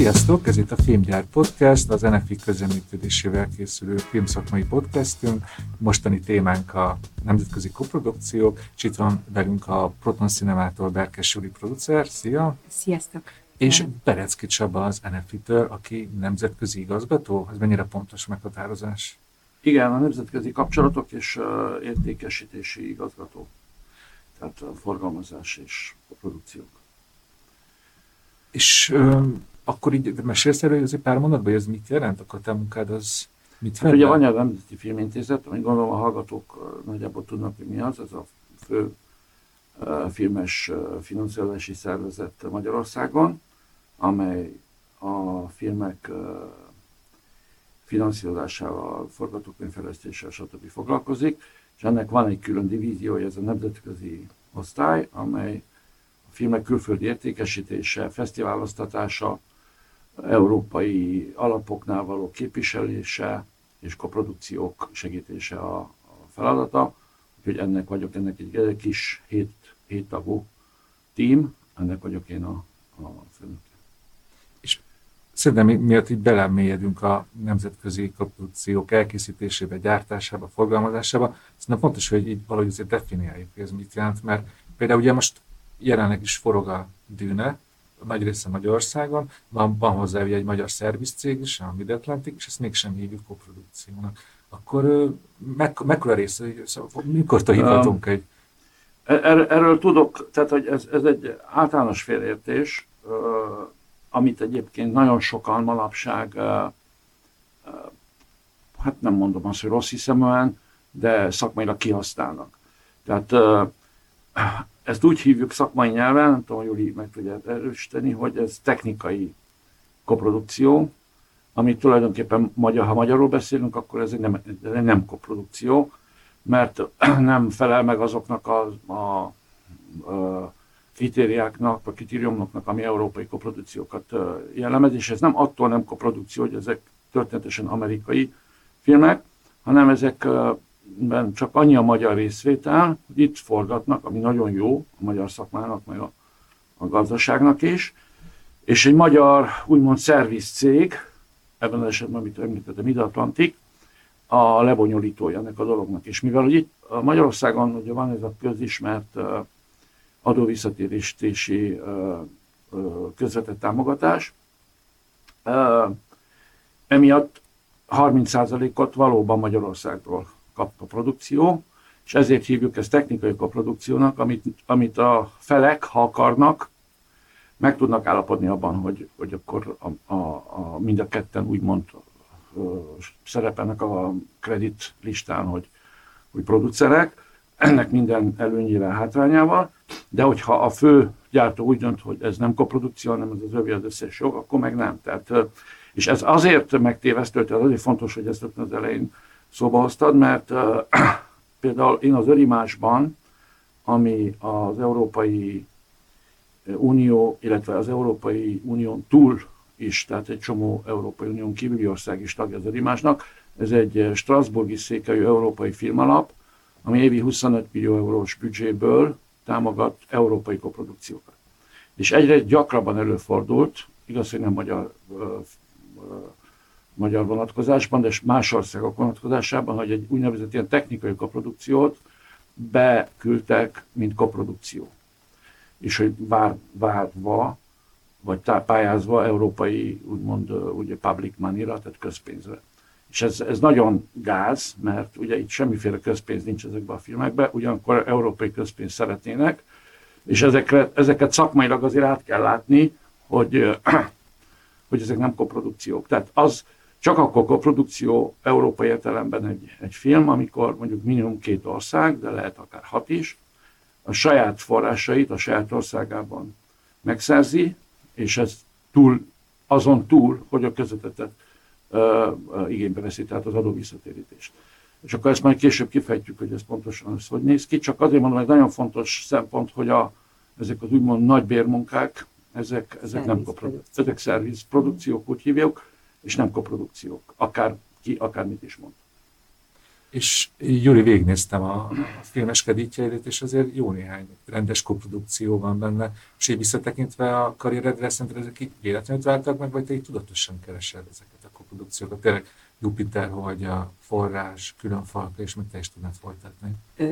Sziasztok! Ez itt a Filmgyár Podcast, az NFI közreműködésével készülő filmszakmai podcastünk. Mostani témánk a nemzetközi koprodukciók, és itt van velünk a Proton Cinemától Berkes Júli producer. Szia! Sziasztok! És Berecki Csaba az NFI-től, aki nemzetközi igazgató. Ez mennyire pontos meghatározás? Igen, a nemzetközi kapcsolatok és értékesítési igazgató. Tehát a forgalmazás és a produkciók. És akkor így mesélsz erről, hogy pár mondatban, hogy ez mit jelent? Akkor te munkád az mit hát ugye van a Nemzeti Filmintézet, amit gondolom a hallgatók nagyjából tudnak, hogy mi az. Ez a fő filmes finanszírozási szervezet Magyarországon, amely a filmek finanszírozásával, forgatókönyvfejlesztéssel, stb. Foglalkozik, és ennek van egy külön divíziója, ez a nemzetközi osztály, amely a filmek külföldi értékesítése, fesztiváloztatása, európai alapoknál való képviselése és koprodukciók segítése a feladata. Úgyhogy ennek egy kis 7 tagú tím, ennek vagyok én a főnök. És szerintem miatt így belemélyedünk a nemzetközi koprodukciók elkészítésébe, gyártásába, forgalmazásába, szerintem fontos, hogy így valahogy azért definiáljuk, hogy ez mit jelent, mert például ugye most jelenleg is forog a Dűne, nagy része Magyarországon, van hozzá ugye egy magyar szervizcég is, a Mid-Atlantic, és ezt mégsem hívjuk koprodukciónak. Akkor mekkora része, mikor hívhatunk egy? Erről tudok, tehát hogy ez egy általános félreértés, amit egyébként nagyon sokan manapság, hát nem mondom azt, hogy rossz hiszeműen, de szakmailag kihasználnak. Tehát ezt úgy hívjuk szakmai nyelven, nem tudom, Júli meg tudja erősíteni, hogy ez technikai koprodukció, amit tulajdonképpen ha magyarul beszélünk, akkor ez nem koprodukció, mert nem felel meg azoknak a kritériáknak, vagy kritériumoknak, ami európai koprodukciókat jellemez, és ez nem attól nem koprodukció, hogy ezek történetesen amerikai filmek, hanem ezekben csak annyi a magyar részvétel, hogy itt forgatnak, ami nagyon jó a magyar szakmának, meg a gazdaságnak is, és egy magyar, úgymond szervizcég, ebben az esetben, amit említettem, Mid-Atlantic, a lebonyolítója ennek a dolognak. És mivel hogy itt Magyarországon ugye van ez a közismert adóvisszatérítési közvetett támogatás, emiatt 30%-ot valóban Magyarországról kap a produkció, és ezért hívjuk ezt technikai koprodukciónak, amit a felek, ha akarnak, meg tudnak állapodni abban, hogy akkor mind a ketten úgymond szerepelnek a kredit listán, hogy producerek, ennek minden előnyével, hátrányával, de hogyha a fő gyártó úgy dönt, hogy ez nem koprodukció, hanem ez az övé az összes jog, akkor meg nem. Tehát, és ez azért megtévesztő, tehát azért fontos, hogy ezt az elején szóba hoztad, mert például én az Örimásban, ami az Európai Unió, illetve az Európai Unión túl is, tehát egy csomó Európai Unión kívüli ország is tagja az Örimásnak, ez egy strasbourgi székhelyű európai filmalap, ami évi 25 millió eurós büdzséből támogat európai koprodukciókat. És egyre gyakrabban előfordult, igaz, hogy nem magyar vonatkozásban, de más országok vonatkozásában, hogy egy úgynevezett ilyen technikai koprodukciót beküldtek, mint koprodukció. És hogy várva, vagy pályázva európai, úgymond ugye public money-ra, tehát közpénzre. És ez nagyon gáz, mert ugye itt semmiféle közpénz nincs ezekben a filmekben, ugyanakkor európai közpénzt szeretnének, és ezeket szakmailag azért át kell látni, hogy ezek nem koprodukciók. Tehát az csak akkor koprodukció európai értelemben egy film, amikor mondjuk minimum 2 ország, de lehet akár 6 is, a saját forrásait a saját országában megszerzi, és ez azon túl, hogy a közvetettet igénybe veszi, tehát az adóvisszatérítést. És akkor ezt majd később kifejtjük, hogy ez pontosan hogy néz ki. Csak azért mondom, hogy nagyon fontos szempont, hogy ezek az úgymond nagy bérmunkák, ezek nem koprodukciók. Ezek szervizprodukciók, úgy hívjuk, és nem koprodukciók. Akárki, akármit is mond. És Gyuri, végignéztem a filmes kreditjeidet, és azért jó néhány rendes koprodukció van benne. És így visszatekintve a karrieredre, szerinted ezek így véletlenül váltak meg, vagy te így tudatosan keresed ezeket a koprodukciókat? Tényleg Jupiter, vagy a Forrás, Különfalka, és mit te is tudnád folytatni?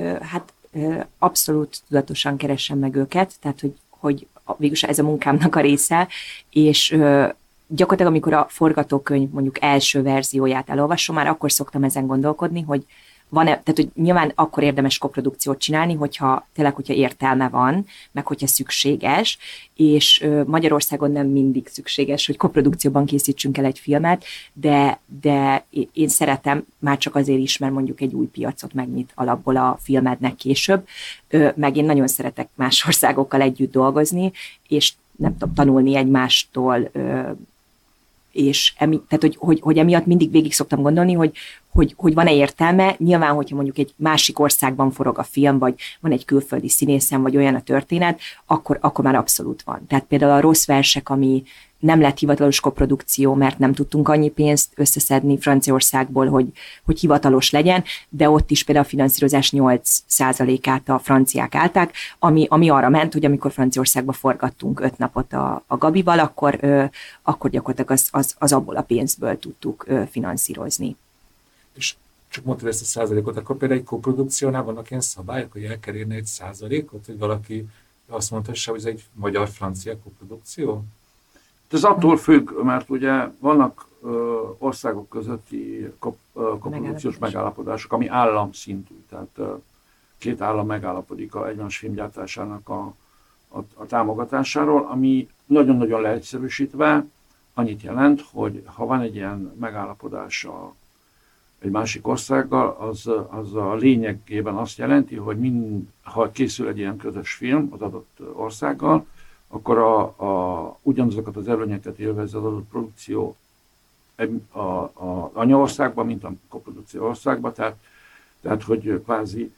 Abszolút tudatosan keresem meg őket, tehát hogy végülis ez a munkámnak a része, és gyakorlatilag amikor a forgatókönyv mondjuk első verzióját elolvasom, már akkor szoktam ezen gondolkodni, hogy tehát hogy nyilván akkor érdemes koprodukciót csinálni, hogyha értelme van, meg hogyha szükséges, és Magyarországon nem mindig szükséges, hogy koprodukcióban készítsünk el egy filmet, de én szeretem már csak azért is, mert mondjuk egy új piacot megnyit alapból a filmednek később, meg én nagyon szeretek más országokkal együtt dolgozni, és nem tudom, tanulni egymástól, és tehát, hogy emiatt mindig végig szoktam gondolni, hogy van-e értelme. Nyilván, hogyha mondjuk egy másik országban forog a film, vagy van egy külföldi színészem, vagy olyan a történet, akkor már abszolút van. Tehát például a Rossz versek, ami nem lett hivatalos koprodukció, mert nem tudtunk annyi pénzt összeszedni Franciaországból, hogy hivatalos legyen, de ott is például a finanszírozás 8%-át a franciák állták, ami arra ment, hogy amikor Franciaországba forgattunk 5 napot a Gabival, akkor gyakorlatilag az abból a pénzből tudtuk finanszírozni. És csak mondtad ezt a százalékot, akkor például egy koprodukciónál vannak ilyen szabályok, hogy el kell érni egy százalékot, hogy valaki azt mondhassa, hogy ez egy magyar-francia koprodukció? Ez attól függ, mert ugye vannak országok közötti koprodukciós megállapodások, ami államszintű, tehát 2 állam megállapodik a egymás filmgyártásának a támogatásáról, ami nagyon-nagyon leegyszerűsítve annyit jelent, hogy ha van egy ilyen megállapodás egy másik országgal, az a lényegében azt jelenti, hogy ha készül egy ilyen közös film az adott országgal, akkor ugyanazokat az előnyeket élvez az adott produkció az anyaországban, mint a koprodukció országban, tehát hogy kvázi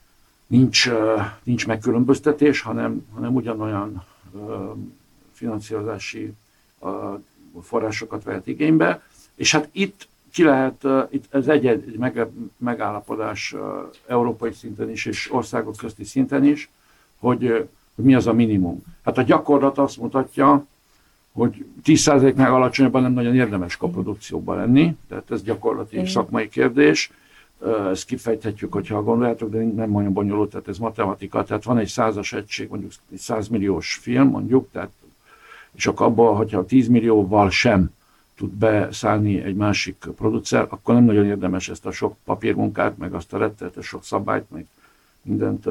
nincs megkülönböztetés, hanem ugyanolyan finanszírozási forrásokat vehet igénybe, és hát itt ez egy megállapodás európai szinten is, és országok közti szinten is, hogy mi az a minimum. Hát a gyakorlat azt mutatja, hogy 10%-nál alacsonyabban nem nagyon érdemes koprodukcióban lenni, tehát ez gyakorlati és szakmai kérdés. Ezt kifejthetjük, hogyha gondoljátok, de nem olyan bonyolult, tehát ez matematika, tehát van egy 100-as egység, mondjuk egy 100 milliós film, mondjuk, tehát, és akkor abban, hogyha 10 millióval sem tud beszállni egy másik producer, akkor nem nagyon érdemes ezt a sok papírmunkát, meg azt a rettenetes sok szabályt, meg mindent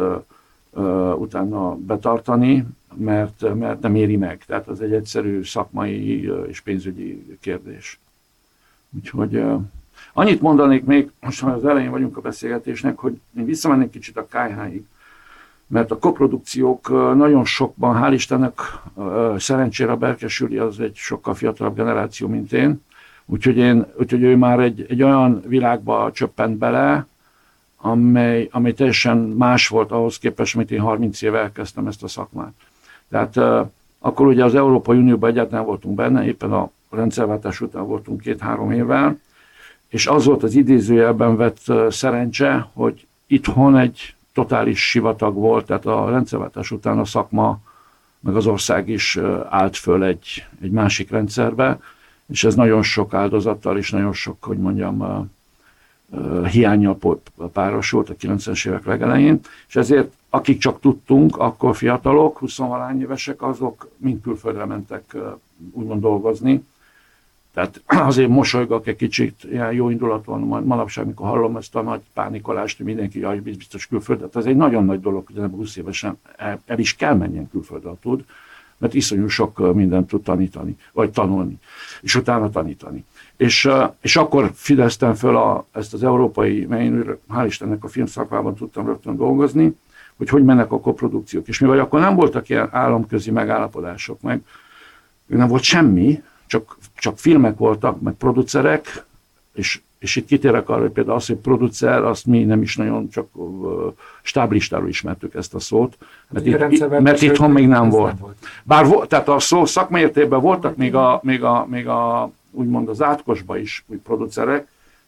utána betartani, mert nem éri meg. Tehát az egy egyszerű szakmai és pénzügyi kérdés. Úgyhogy annyit mondanék még, most már az elején vagyunk a beszélgetésnek, hogy én visszamennék kicsit a KH-ig, mert a koprodukciók nagyon sokban, hál' Istennek, szerencsére a Berkes az egy sokkal fiatalabb generáció, mint én, úgyhogy ő már egy olyan világba csöppent bele, amely teljesen más volt ahhoz képest, mint én 30 éve elkezdtem ezt a szakmát. Tehát akkor ugye az Európai Unióban egyáltalán voltunk benne, éppen a rendszerváltás után voltunk 2-3 évvel, és az volt az idézőjelben vett szerencse, hogy itthon egy totális sivatag volt, tehát a rendszerváltás után a szakma, meg az ország is állt föl egy másik rendszerbe, és ez nagyon sok áldozattal és nagyon sok, hogy mondjam, hiánnyal párosult a 90-es évek legelején, és ezért akik csak tudtunk, akkor fiatalok, 20-valány évesek, azok mind külföldre mentek úgymond dolgozni. Tehát azért mosolygok egy kicsit, ilyen jó indulatúan manapság, mikor hallom ezt a nagy pánikolást, hogy mindenki biztos külföldre. Tehát ez egy nagyon nagy dolog, hogy 20 évesen el is kell menjen külföldre, tud, mert iszonyú sok mindent tud tanítani, vagy tanulni, és utána tanítani. És akkor fideztem föl ezt az európai, mert én hál' Istennek a filmszakmában tudtam rögtön dolgozni, hogy mennek a koprodukciók. És mivel akkor nem voltak ilyen államközi megállapodások, meg nem volt semmi, csak filmek voltak, meg producerek, és itt kitérek arra, hogy például az, hogy producer, azt mi nem is nagyon, csak stáblistáról ismertük ezt a szót, mert itthon még nem volt. Bár tehát a szó szakmai értékben voltak még a úgymond az átkosban is új producerek,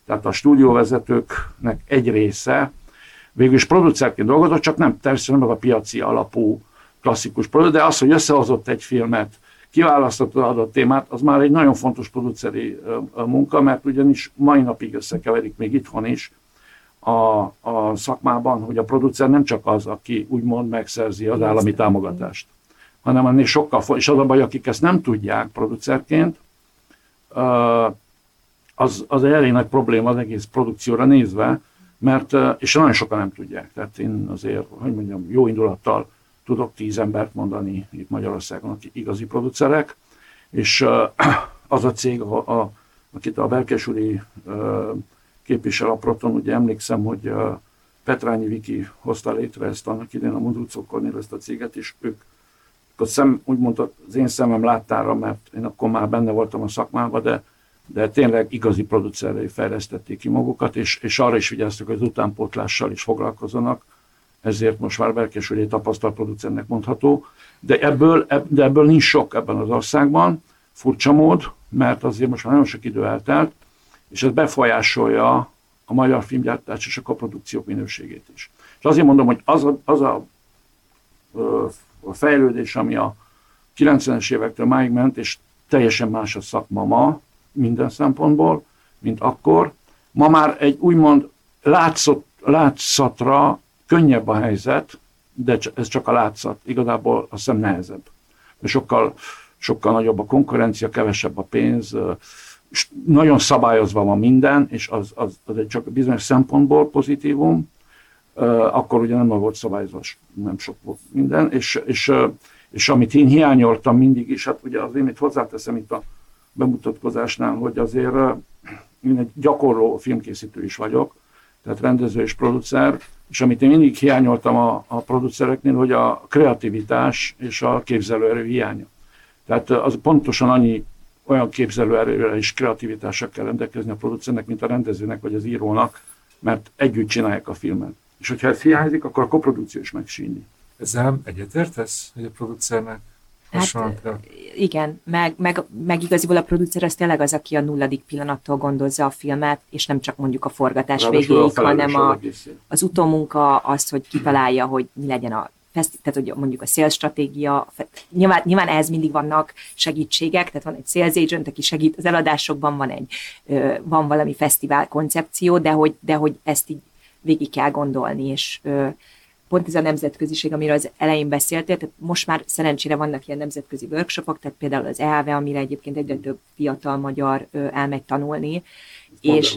Tehát a stúdióvezetőknek egy része végül is producerként dolgozott, csak nem természetesen nem a piaci alapú klasszikus producer, de az, hogy összehozott egy filmet, kiválasztott az adott témát, az már egy nagyon fontos produceri munka, mert ugyanis mai napig összekeverik még itthon is a szakmában, hogy a producer nem csak az, aki úgymond megszerzi az állami támogatást, hanem ennél sokkal, és az a baj, akik ezt nem tudják producerként, az egy elég nagy probléma az egész produkcióra nézve, mert, és nagyon sokan nem tudják. Tehát én azért, hogy mondjam, jó indulattal tudok 10 embert mondani itt Magyarországon, akik igazi producerek, és az a cég, akit a Berkes úri képvisel a Proton, ugye emlékszem, hogy Petrányi Viki hozta létre ezt annak idején a Mundrucokkornél ezt a céget, és ők úgymond az én szemem láttára, mert én akkor már benne voltam a szakmában, de tényleg igazi producerré fejlesztették ki magukat, és arra is vigyáztak, hogy az utánpótlással is foglalkozzanak, ezért most már Berkes úr egy tapasztalt producernek mondható, de ebből nincs sok ebben az országban, furcsa mód, mert azért most már nagyon sok idő eltelt, és ez befolyásolja a magyar filmgyártás és a koprodukciók minőségét is. És azért mondom, hogy az a fejlődés, ami a 90-es évektől máig ment, és teljesen más a szakma ma, minden szempontból, mint akkor. Ma már egy úgymond látszatra könnyebb a helyzet, de ez csak a látszat. Igazából azt hiszem nehezebb. Sokkal nagyobb a konkurencia, kevesebb a pénz, nagyon szabályozva van minden, és az egy csak bizonyos szempontból pozitívum. Akkor ugye nem volt szabályozva, nem sok volt minden, és amit én hiányoltam mindig is, hát ugye azért itt hozzáteszem itt a bemutatkozásnál, hogy azért én egy gyakorló filmkészítő is vagyok, tehát rendező és producer, és amit én mindig hiányoltam a producereknél, hogy a kreativitás és a képzelőerő hiánya. Tehát az pontosan annyi olyan képzelőerőre és kreativitással kell rendelkezni a producernek, mint a rendezőnek vagy az írónak, mert együtt csinálják a filmet. És hogyha ez hiányzik, akkor a koprodukció is megsínyi. Ezzel egyetértesz, hogy a producernek hasonlóan kell? Igen, meg igaziból a producer az tényleg az, aki a nulladik pillanattól gondozza a filmet, és nem csak mondjuk a forgatás végéig, hanem az utómunka, az, hogy kitalálja, hogy mi legyen tehát hogy mondjuk a sales stratégia, nyilván ehhez mindig vannak segítségek, tehát van egy sales agent, aki segít az eladásokban, van valami fesztivál koncepció, de hogy ezt így végig kell gondolni, és pont ez a nemzetköziség, amiről az elején beszéltél, tehát most már szerencsére vannak ilyen nemzetközi workshopok, tehát például az EAVE, amire egyébként egyre több fiatal magyar elmegy tanulni, és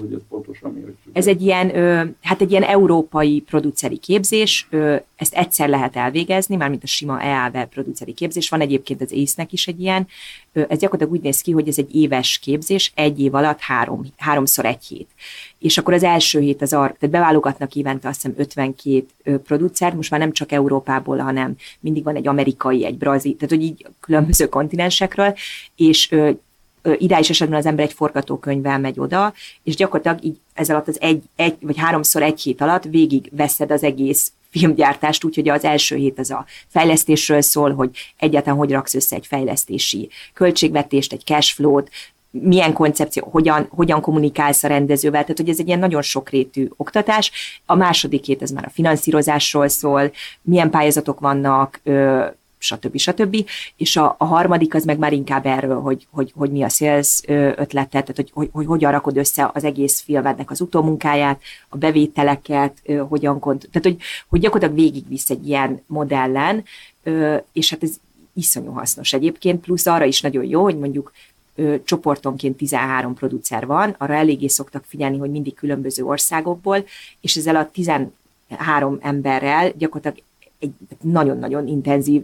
ez egy ilyen európai produceri képzés, ezt egyszer lehet elvégezni, mármint a sima EAVE produceri képzés, van egyébként az ACE-nek is egy ilyen, ez gyakorlatilag úgy néz ki, hogy ez egy éves képzés, egy év alatt háromszor egy hét. És akkor az első hét tehát beválogatnak évente azt hiszem 52 producert, most már nem csak Európából, hanem mindig van egy amerikai, egy brazil, tehát hogy így különböző kontinensekről, és ideális esetben az ember egy forgatókönyvvel megy oda, és gyakorlatilag így ez alatt az egy vagy háromszor egy hét alatt végig veszed az egész filmgyártást, úgyhogy az első hét az a fejlesztésről szól, hogy egyáltalán hogy raksz össze egy fejlesztési költségvetést, egy cashflow-t, milyen koncepció, hogyan kommunikálsz a rendezővel, tehát hogy ez egy ilyen nagyon sokrétű oktatás. A második hét ez már a finanszírozásról szól, milyen pályázatok vannak, stb. És a harmadik az meg már inkább erről, hogy mi a sales ötlete, tehát hogy hogyan rakod össze az egész filmednek az utómunkáját, a bevételeket, tehát hogy gyakorlatilag végigvisz egy ilyen modellen, és hát ez iszonyú hasznos egyébként, plusz arra is nagyon jó, hogy mondjuk csoportonként 13 producer van, arra eléggé szoktak figyelni, hogy mindig különböző országokból, és ezzel a 13 emberrel gyakorlatilag egy nagyon-nagyon intenzív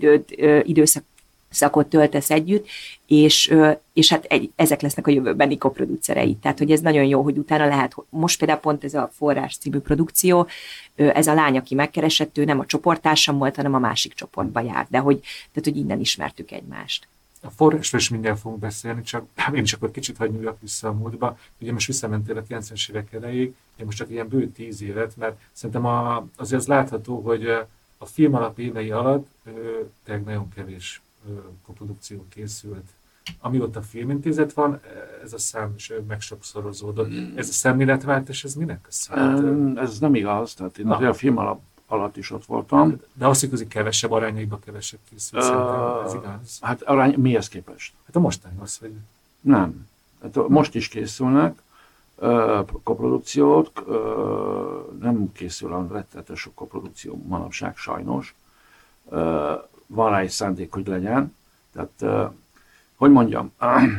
időszakot töltesz együtt, és hát ezek lesznek a jövőbeni koproducerei. Tehát, hogy ez nagyon jó, hogy utána lehet, most például pont ez a Forrás című produkció, ez a lány, aki megkeresett, ő nem a csoporttársam volt, hanem a másik csoportba járt, tehát, hogy innen ismertük egymást. A forrásról is mindjárt fogunk beszélni, csak én is akkor kicsit hagy nyúljak vissza a múltba. Ugye most visszamentél a 90-es évek elejéig, én most csak ilyen bő 10 évet, mert szerintem azért az látható, hogy a film alap évei alatt tényleg nagyon kevés koprodukció készült amióta Filmintézet van, ez a szám is megsokszorozódott. Ez a szemléletváltás, ez minek köszönhető? Ez nem igaz, tehát én azért a film alatt is ott voltam. De azt igaz, hogy kevesebb arányaiban kevesebb készül, szerintem ez igaz. Hát mihez képest? Hát a mostányhoz, hogy... Nem. Hát most is készülnek koprodukciót, nem készül a rettenetes sok koprodukció manapság, sajnos. Van rá egy szándék, hogy legyen. Tehát, hogy mondjam,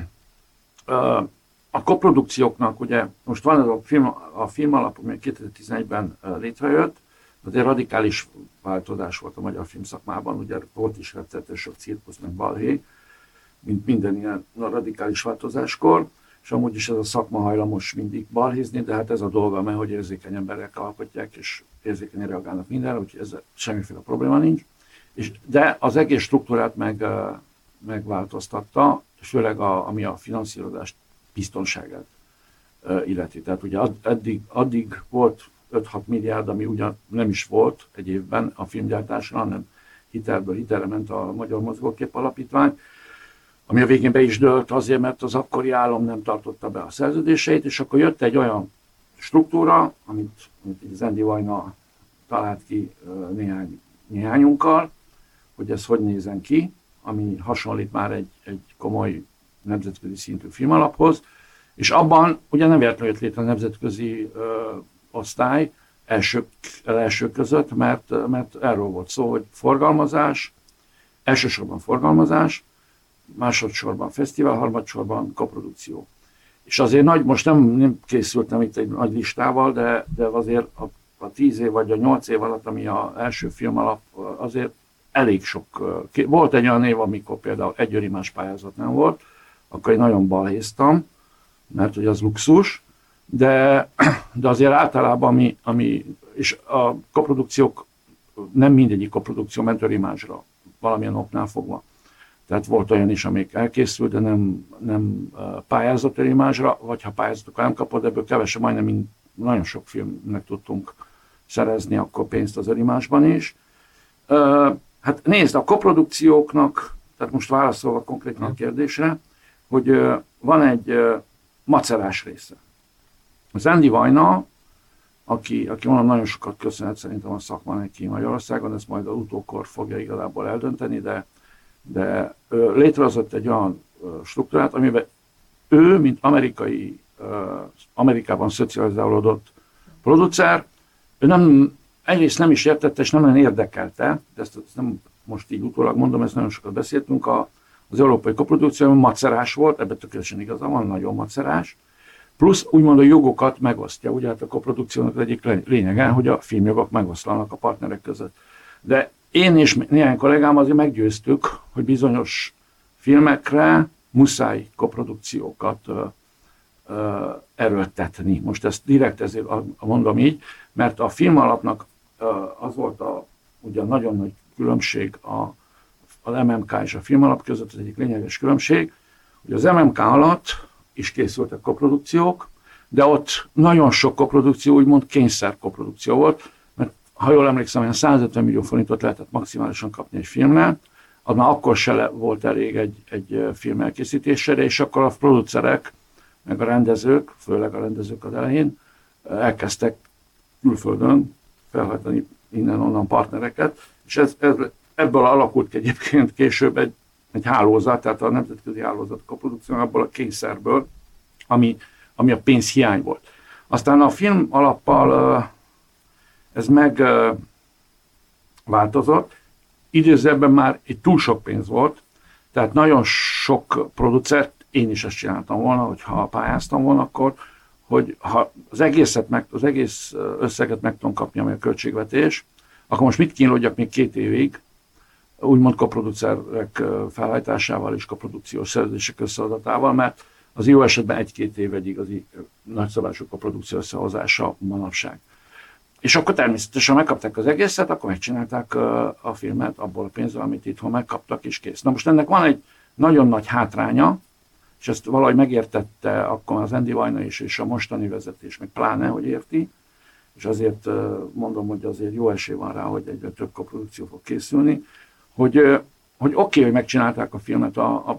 a koprodukcióknak ugye, most van ez a film alap, ami 2011-ben létrejött, de egy radikális változás volt a magyar filmszakmában, ugye volt is rettenetes sok cirkusz, meg balhé, mint minden ilyen radikális változáskor, és amúgy is ez a szakma hajlamos mindig balhézni, de hát ez a dolga, mert hogy érzékeny emberek alkotják, és érzékenyen reagálnak mindenre, úgyhogy ezzel semmiféle probléma nincs. De az egész struktúrát megváltoztatta, és főleg ami a finanszírozás biztonságát illeti. Tehát ugye addig volt 5-6 milliárd, ami ugyan nem is volt egy évben a filmgyártásra, hanem hitelből hitelre ment a Magyar Mozgókép Alapítvány, ami a végén be is dőlt azért, mert az akkori állam nem tartotta be a szerződéseit, és akkor jött egy olyan struktúra, amit az Endi Vajna talált ki néhányunkkal, hogy ez hogy nézen ki, ami hasonlít már egy komoly nemzetközi szintű filmalaphoz, és abban ugye nem véletlenül jött létre a nemzetközi osztály első között, mert erről volt szó, hogy forgalmazás, elsősorban forgalmazás, másodszorban fesztivál, harmadsorban koprodukció. És azért most nem készültem itt egy nagy listával, de azért a 10 év vagy a 8 év alatt, ami az első film alap, azért elég sok. Volt egy olyan év, amikor például egy örimás pályázat nem volt, akkor én nagyon balhéztam, mert hogy az luxus, de azért általában és a koprodukciók, nem mindegyik koprodukció ment örimásra, valamilyen oknál fogva. Tehát volt olyan is, amelyik elkészült, de nem pályázott örimásra, vagy ha pályázatokkal nem kapott, ebből kevesebb, majdnem nagyon sok filmnek tudtunk szerezni akkor pénzt az örimásban is. Hát nézd, a koprodukcióknak, tehát most válaszolva konkrétan a kérdésre, hogy van egy macerás része. Az Endi Vajna, aki mondom, nagyon sokat köszönhet szerintem a szakma neki Magyarországon, ezt majd az utókor fogja igazából eldönteni, de létrehozott egy olyan struktúrát, amiben ő, mint Amerikában szocializálódott producer, ő egyrészt nem is értette, és nem nagyon érdekelte, de ezt nem most így utólag mondom, ezt nagyon sokat beszéltünk, az európai koprodukció macerás volt, ebben tökéletesen igaza van, nagyon macerás, plusz úgymond a jogokat megosztja, ugye hát a koprodukciónak az egyik lényege, hogy a filmjogok megoszlanak a partnerek között. De én és néhány kollégám azért meggyőztük, hogy bizonyos filmekre muszáj koprodukciókat erőltetni. Most ezt direkt ezért mondom így, mert a film alapnak az volt ugye nagyon nagy különbség az MMK és a film alap között, az egyik lényeges különbség, hogy az MMK alatt is készültek koprodukciók, de ott nagyon sok koprodukció, úgymond kényszer koprodukció volt, mert ha jól emlékszem, olyan 150 millió forintot lehetett maximálisan kapni egy filmre, az már akkor se volt elég egy film elkészítésére, és akkor a producerek, meg a rendezők, főleg a rendezők az elején, elkezdtek külföldön felhajtani innen-onnan partnereket, és ebből alakult ki egyébként később egy hálózat, tehát a nemzetközi hálózat koprodukció abból a kényszerből, ami a pénzhiány volt. Aztán a film alappal ez megváltozott, időzőben már itt túl sok pénz volt, tehát nagyon sok producert, én is ezt csináltam volna, hogyha pályáztam volna, akkor, hogy ha az egész összeget meg tudom kapni, ami a költségvetés, akkor most mit kínlódjak még 2 évig, úgymond koproducerek felhajtásával és koprodukciós szerződések összeadatával, mert az jó esetben 1-2 év egy igazi nagyszabású koprodukció összehozása manapság. És akkor természetesen megkapták az egészet, akkor megcsinálták a filmet abból a pénzzel, amit itthon megkaptak, és kész. Na most ennek van egy nagyon nagy hátránya, és ezt valahogy megértette akkor az Endi Vajna is, és a mostani vezetés, meg pláne, hogy érti, és azért mondom, hogy azért jó esély van rá, hogy egyre több koprodukció fog készülni, hogy oké, hogy megcsinálták a filmet abból a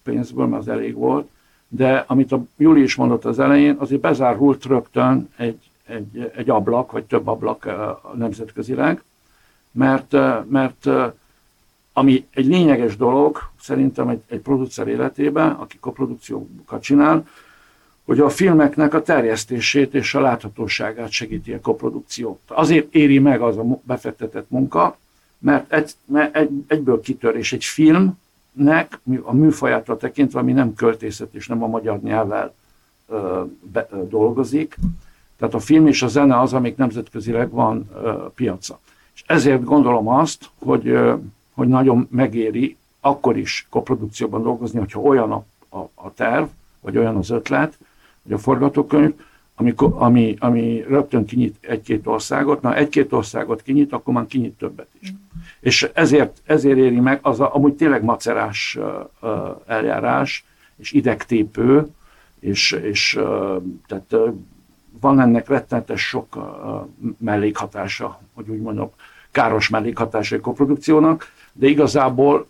pénzből, mert az elég volt, de amit a Júli is mondott az elején, azért bezárult rögtön egy ablak, vagy több ablak nemzetközileg, mert ami egy lényeges dolog, szerintem egy producer életében, aki koprodukciókat csinál, hogy a filmeknek a terjesztését és a láthatóságát segíti a koprodukció. Azért éri meg az a befektetett munka, mert egyből kitör, és egy filmnek a műfajától tekintve, ami nem költészet és nem a magyar nyelvvel dolgozik, tehát a film és a zene az, amik nemzetközileg van piaca. És ezért gondolom azt, hogy nagyon megéri akkor is koprodukcióban dolgozni, hogyha olyan a terv, vagy olyan az ötlet, vagy a forgatókönyv, ami rögtön kinyit egy-két országot, na egy-két országot kinyit, akkor már kinyit többet is. És ezért éri meg az amúgy tényleg macerás eljárás, és idegtépő, és tehát van ennek rettenetes sok mellékhatása, hogy úgy mondom, káros mellékhatása a koprodukciónak, de igazából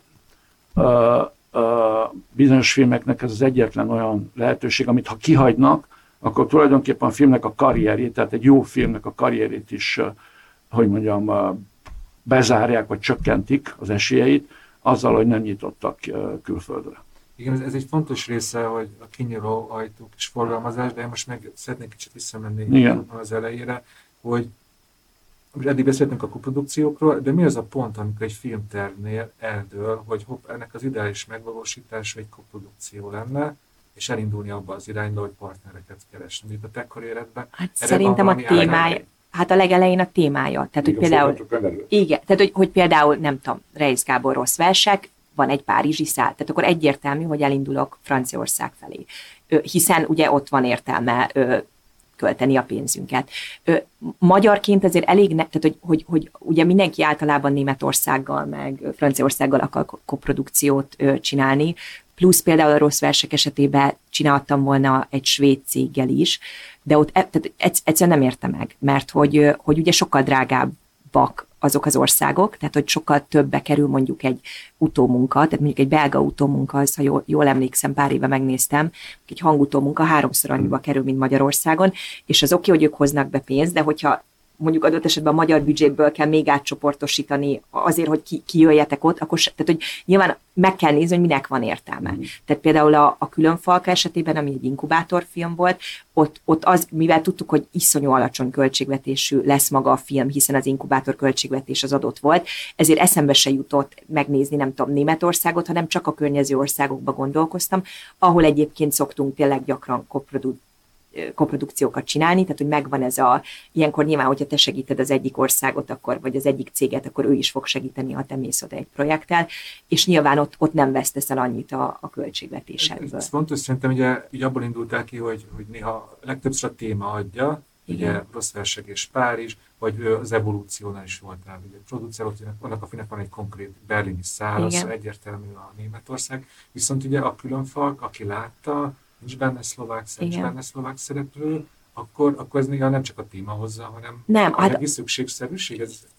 bizonyos filmeknek ez az egyetlen olyan lehetőség, amit ha kihagynak, akkor tulajdonképpen a filmnek a karrierjét, tehát egy jó filmnek a karrierjét is, hogy mondjam, bezárják, vagy csökkentik az esélyeit, azzal, hogy nem nyitottak külföldre. Igen, ez egy fontos része, hogy a kinyíló ajtók és forgalmazás, de én most meg szeretnék kicsit visszamenni az elejére, hogy eddig beszéltünk a koprodukciókról, de mi az a pont, amikor egy filmtervnél eldől, hogy hopp, ennek az ideális megvalósítása egy koprodukció lenne, és elindulni abba az irányba, hogy partnereket keresni. Itt a te karrieredben. Hát szerintem a témája, hát a legelején a témája. Tehát, hogy például, igen, tehát, hogy például, nem tudom, Reisz Gábor rossz versek, van egy párizsi szál, tehát akkor egyértelmű, hogy elindulok Franciaország felé. Hiszen ugye ott van értelme költeni a pénzünket. Magyarként azért elég, tehát hogy ugye mindenki általában Németországgal, meg Franciaországgal akar koprodukciót csinálni, plusz például a rossz versek esetében csináltam volna egy svéd céggel is, de ott tehát egyszerűen nem érte meg, mert hogy ugye sokkal drágábbak azok az országok, tehát hogy sokkal többbe kerül mondjuk egy utómunka, tehát mondjuk egy belga utómunka, az, ha jól emlékszem, pár éve megnéztem, egy hangutómunka 3-szor annyiba kerül, mint Magyarországon, és az oké, hogy ők hoznak be pénzt, de hogyha mondjuk adott esetben a magyar büdzséből kell még átcsoportosítani azért, hogy kijöjjetek ott, akkor tehát, hogy nyilván meg kell nézni, hogy minek van értelme. Tehát például a Különfalka esetében, ami egy inkubátorfilm volt, ott az, mivel tudtuk, hogy iszonyú alacsony költségvetésű lesz maga a film, hiszen az inkubátor költségvetés az adott volt, ezért eszembe se jutott megnézni, nem tudom, Németországot, hanem csak a környező országokba gondolkoztam, ahol egyébként szoktunk tényleg gyakran koprodukciókat csinálni, tehát hogy megvan ez ilyenkor nyilván, hogyha te segíted az egyik országot, akkor, vagy az egyik céget, akkor ő is fog segíteni, ha te mész oda egy projekttel, és nyilván ott nem vesztesz el annyit a költségvetésedből. Ez fontos, szerintem ugye így abból indultál ki, hogy néha legtöbbször a téma adja, ugye Rossz versek és Párizs, vagy az evolúciónál is voltál, ugye producer, annak a filmnek van egy konkrét berlini szál, az egyértelmű a Németország, viszont ugye a Különfalk, aki látta, nincs benne szlovák szereplő, akkor ez nem csak a téma hozza, hanem nem, egy szükségszerűség.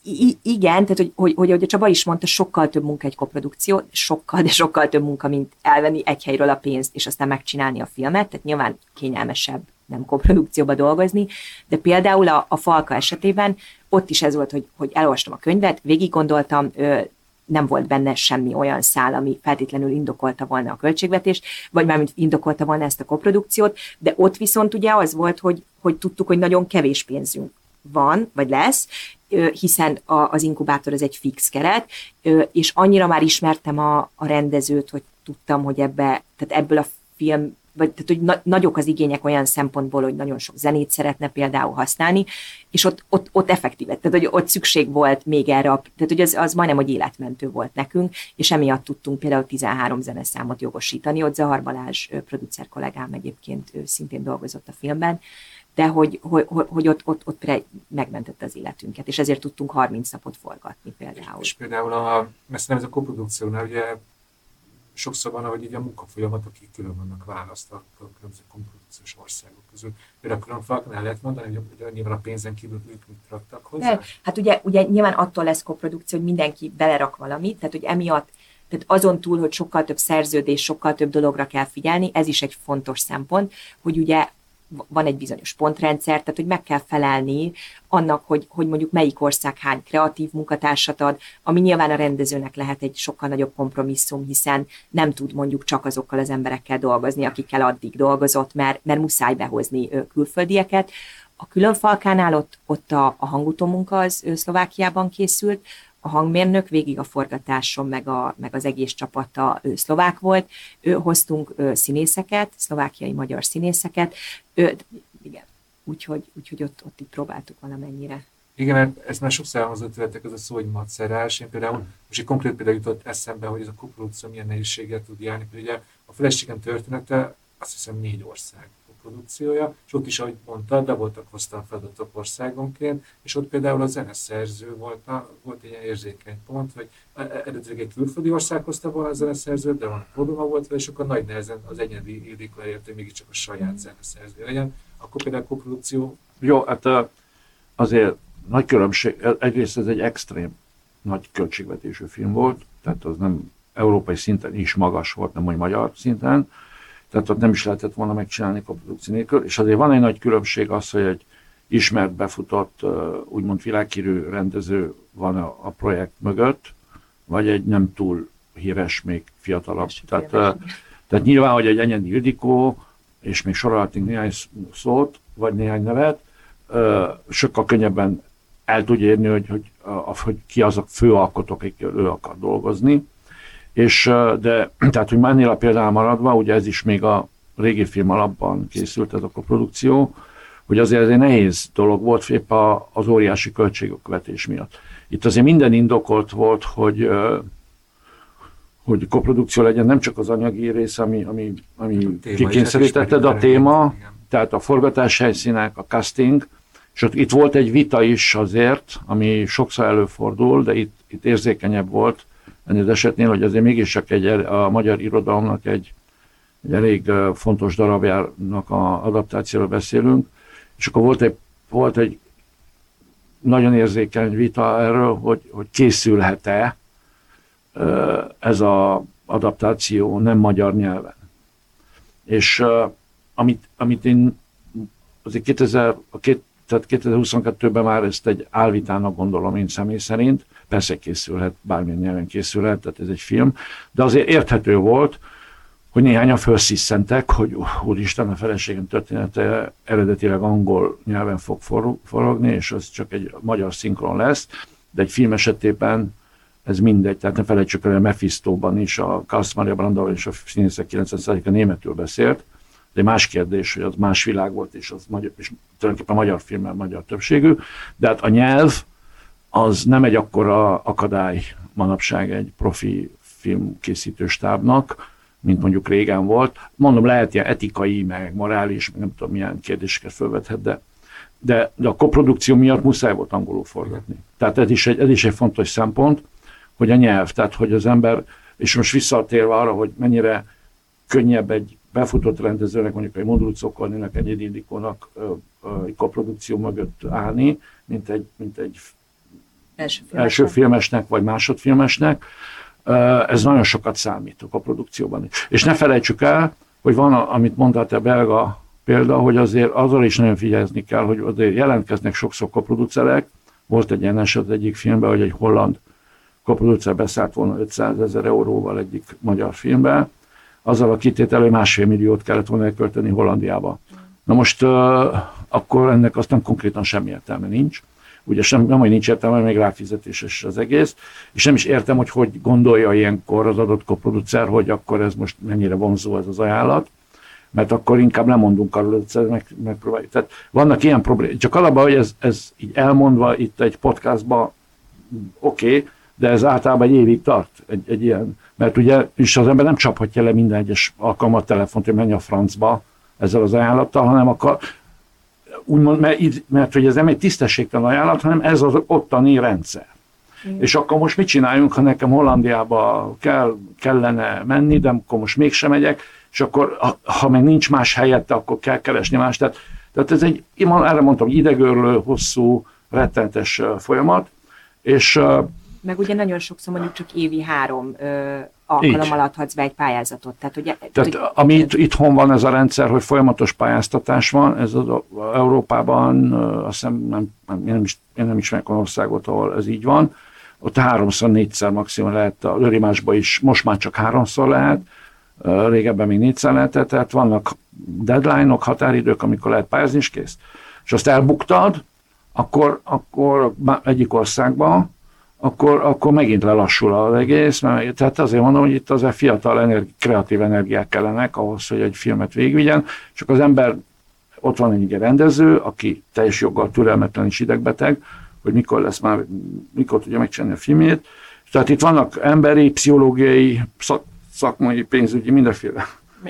Igen, tehát hogy a Csaba is mondta, sokkal több munka egy koprodukció, sokkal több munka, mint elvenni egy helyről a pénzt, és aztán megcsinálni a filmet, tehát nyilván kényelmesebb nem koprodukcióba dolgozni, de például a Falka esetében ott is ez volt, hogy elolvastam a könyvet, végig gondoltam, nem volt benne semmi olyan szál, ami feltétlenül indokolta volna a költségvetést, vagy mármint indokolta volna ezt a koprodukciót, de ott viszont ugye az volt, hogy tudtuk, hogy nagyon kevés pénzünk van, vagy lesz, hiszen az inkubátor az egy fix keret, és annyira már ismertem a rendezőt, hogy tudtam, hogy ebből a film, vagy tehát, hogy nagyok az igények olyan szempontból, hogy nagyon sok zenét szeretne például használni, és ott effektíve, tehát hogy ott szükség volt még erre, tehát hogy az majdnem, hogy életmentő volt nekünk, és emiatt tudtunk például 13 zeneszámot jogosítani, ott Zahar Balázs producer kollégám egyébként szintén dolgozott a filmben, de hogy ott megmentette az életünket, és ezért tudtunk 30 napot forgatni például. És például mert nem ez a koprodukciónál, ugye sokszor van, hogy így a munkafolyamatok így külön vannak választva a különböző komprodukciós országok közül. Például a Különfalknál lehet mondani, hogy nyilván a pénzen kívül ők mit raktak hozzá? Hát ugye nyilván attól lesz koprodukció, hogy mindenki belerak valamit, tehát hogy emiatt Tehát azon túl, hogy sokkal több szerződés, sokkal több dologra kell figyelni, ez is egy fontos szempont, hogy ugye van egy bizonyos pontrendszer, tehát hogy meg kell felelni annak, hogy mondjuk melyik ország hány kreatív munkatársat ad, ami nyilván a rendezőnek lehet egy sokkal nagyobb kompromisszum, hiszen nem tud mondjuk csak azokkal az emberekkel dolgozni, akikkel addig dolgozott, mert muszáj behozni külföldieket. A Különfalkánál ott a hangutó munka az Szlovákiában készült, a hangmérnök végig a forgatáson, meg az egész csapata szlovák volt. Hoztunk színészeket, szlovákiai magyar színészeket. Igen, úgyhogy ott itt próbáltuk valamennyire. Igen, ez már sokszor elhozott tőletek ez a szó, hogy macerás. Én például most egy konkrét például jutott eszembe, hogy ez a koprodukció milyen nehézséggel tud járni. Ugye a feleségem története, azt hiszem 4 ország produkciója, és ott is, ahogy mondtad, be voltak hoztam feladatok országonként, és ott például a zeneszerző volt egy ilyen érzékeny pont, hogy eredetileg egy külföldi ország hozta volna a zeneszerzőt, de van probléma volt vele, és akkor nagy nehezen az egyedi Ildikó elérte, hogy mégiscsak a saját zeneszerző legyen. Akkor például a koprodukció... Jó, hát azért nagy különbség, egyrészt ez egy extrém nagy költségvetésű film volt, tehát az nem európai szinten is magas volt, nem hogy magyar szinten, tehát ott nem is lehetett volna megcsinálni koprodukció nélkül, és azért van egy nagy különbség az, hogy egy ismert, befutott, úgymond világhírű rendező van a projekt mögött, vagy egy nem túl híres, még fiatalabb. Tehát nyilván, hogy egy Enyedi Ildikó, és még sorolhatunk néhány szót, vagy néhány nevet, sokkal könnyebben el tudja érni, hogy ki az a főalkotók, akikkel ő akar dolgozni. De tehát, hogy ennél a példánál maradva, ugye ez is még a régi film alapban készült ez a koprodukció, hogy azért ez egy nehéz dolog volt épp az óriási költségvetés miatt. Itt azért minden indokolt volt, hogy koprodukció legyen, nem csak az anyagi rész, ami kikényszerítette, de a téma, tehát a forgatás helyszínek, a casting, és ott itt volt egy vita is azért, ami sokszor előfordul, de itt érzékenyebb volt ennél az esetnél, hogy azért mégis csak a magyar irodalomnak egy elég fontos darabjának az adaptációról beszélünk, és akkor volt egy nagyon érzékeny vita erről, hogy készülhet-e ez az adaptáció nem magyar nyelven. És amit én azért 2022-ben már ezt egy álvitának gondolom én személy szerint, persze készülhet, bármilyen nyelven készülhet, tehát ez egy film, de azért érthető volt, hogy néhányan felszisszentek, hogy úristen, a feleségem története eredetileg angol nyelven fog forogni, és az csak egy magyar szinkron lesz, de egy film esetében ez mindegy, tehát ne felejtsük el, a Mephistóban is a Karl Maria Brandauer és a színészek 90%-a németül beszélt, de más kérdés, hogy az más világ volt, és az magyar, és tulajdonképpen magyar filmmel magyar többségű, de hát a nyelv az nem egy akkora akadály manapság egy profi filmkészítő stábnak, mint mondjuk régen volt. Mondom, lehet ilyen etikai, meg morális, meg nem tudom milyen kérdéseket felvethet, de a koprodukció miatt muszáj volt angolul forgatni. Tehát ez is egy fontos szempont, hogy a nyelv, tehát hogy az ember, és most visszatérve arra, hogy mennyire könnyebb egy befutott rendezőnek, mondjuk egy Modruczó Kornélinek, egy Enyedi Ildikónak egy koprodukció mögött állni, mint egy első filmesnek, vagy másodfilmesnek. Ez nagyon sokat számít a koprodukcióban. És ne felejtsük el, hogy van, amit mondtál te belga példa, hogy azért azzal is nagyon figyelni kell, hogy azért jelentkeznek sokszor koproducerek. Volt egy ilyen eset egyik filmben, hogy egy holland koproducer beszállt volna 500 000 euróval egyik magyar filmbe, azzal a kitétel, hogy 1,5 milliót kellett volna elkölteni Hollandiába. Na most akkor ennek aztán konkrétan semmi értelme nincs. Ugye nem, hogy nincs értelme, még ráfizetéses az egész, és nem is értem, hogy gondolja ilyenkor az adott koproducer, hogy akkor ez most mennyire vonzó ez az ajánlat, mert akkor inkább lemondunk arról, hogy megpróbáljuk. Tehát vannak ilyen problémák. Csak alapban, hogy ez így elmondva itt egy podcastban oké, de ez általában egy évig tart, egy ilyen. Mert ugye is az ember nem csaphatja le minden egyes alkalmat telefont, hogy menj a francba ezzel az ajánlattal, hanem akkor úgymond, mert hogy ez nem egy tisztességtelen ajánlat, hanem ez az ottani rendszer. És akkor most mit csináljunk, ha nekem Hollandiába kellene menni, de akkor most mégsem megyek, és akkor, ha meg nincs más helyette, akkor kell keresni más. Tehát ez egy, erre mondtam, idegörlő, hosszú, rettentes folyamat, és meg ugye nagyon sokszor mondjuk csak évi 3 alkalommal adhatsz be egy pályázatot. Tehát ami itthon van ez a rendszer, hogy folyamatos pályáztatás van, ez az Európában, azt hiszem én nem ismerek olyan országot, ahol ez így van, ott 3-4-szer maximum lehet, a Lörimásban is most már csak 3-szor lehet, régebben még 4-szer lehetett, tehát vannak deadline-ok, határidők, amikor lehet pályázni, és kész. És azt elbuktad, akkor egyik országban, akkor megint lelassul az egész, tehát azért mondom, hogy itt azért fiatal, kreatív energiák kellenek ahhoz, hogy egy filmet végigvigyen, csak az ember, ott van egy rendező, aki teljes joggal türelmetlen és idegbeteg, hogy mikor tudja megcsinálni a filmjét. Tehát itt vannak emberi, pszichológiai, szakmai, pénzügyi, mindenféle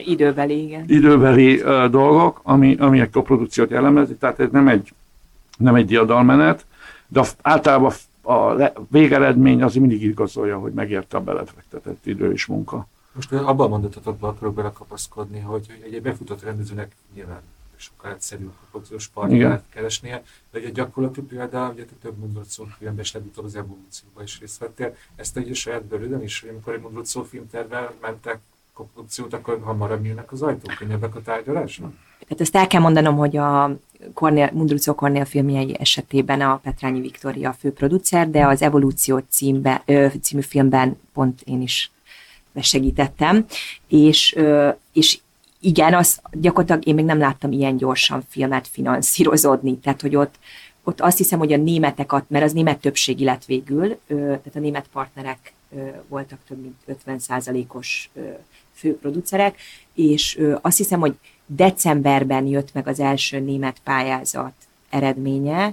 időbeli dolgok, ami a koprodukciót jellemezi, tehát ez nem egy diadalmenet, de általában a végeredmény az mindig igazolja, hogy megérte a belefektetett idő és munka. Most abban a mondatotokban akarok belekapaszkodni, hogy egy befutott rendezőnek nyilván sokkal egyszerűbb koprodukciós partnert keresnie, de egy gyakorlati példa, ugye te több mondott filmben és legutóbb az evolúcióban is részt vettél. Ezt egy saját bőröden is, hogy amikor egy mondott filmtervvel mentek koprodukciót, akkor hamarabb nyílnak az ajtók, könnyebbek a tárgyalásnak? Tehát ezt el kell mondanom, hogy a Mundruczó Kornél filmjei esetében a Petrányi Viktória a főproducer, de az Evolúció című filmben pont én is besegítettem, és igen, az gyakorlatilag én még nem láttam ilyen gyorsan filmet finanszírozódni, tehát hogy ott azt hiszem, hogy a németek, mert az német többségi lett végül, tehát a német partnerek voltak több mint 50%-os főproducerek, és azt hiszem, hogy decemberben jött meg az első német pályázat eredménye,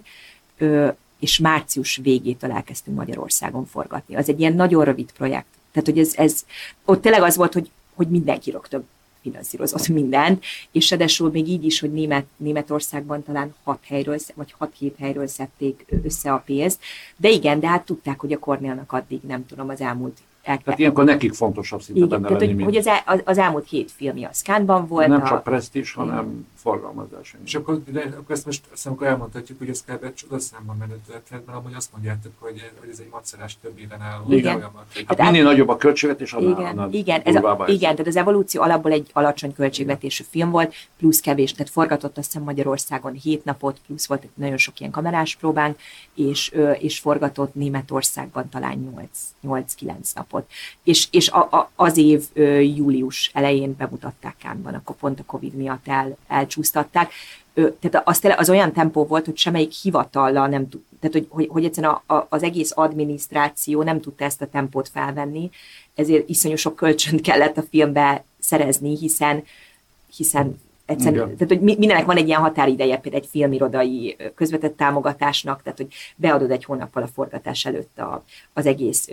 és március végétől elkezdtünk Magyarországon forgatni. Az egy ilyen nagyon rövid projekt. Tehát, hogy ez ott tényleg az volt, hogy mindenki rögtön finanszírozott mindent, és ráadásul még így is, hogy Németországban talán 6-7 helyről szedték össze a pénzt, de igen, de hát tudták, hogy a Kornélnak addig, nem tudom, az elmúlt... Tehát ilyenkor nekik fontosabb szinte benne lenni, hogy az elmúlt 7 filmje a Cannes-ban volt. Nem csak presztízs, hanem forgalmazás. És akkor ezt most akkor elmondhatjuk, hogy ez kb. Csodaszámban menő történetben, amúgy azt mondjátok, hogy ez egy macerás több éven álló folyamat. Hát minél nagyobb a költségvetés, igen, tehát az Evolúció alapból egy alacsony költségvetésű film volt, plusz kevés, tehát forgatott azt hiszem Magyarországon 7 napot, plusz volt nagyon sok ilyen kamerás próbánk, és forgatott Németországban talán 8-9 napot. És az év július elején bemutatták Cannes-ban, akkor pont a Covid miatt elcsúsztatták. Tehát az olyan tempó volt, hogy semmelyik hivatallal nem tud, tehát hogy egyszerűen az egész adminisztráció nem tudta ezt a tempót felvenni, ezért iszonyú sok kölcsönt kellett a filmbe szerezni, hiszen egyszerűen, tehát, hogy mindenek van egy ilyen határideje, például egy filmirodai közvetett támogatásnak, tehát hogy beadod egy hónappal a forgatás előtt az egész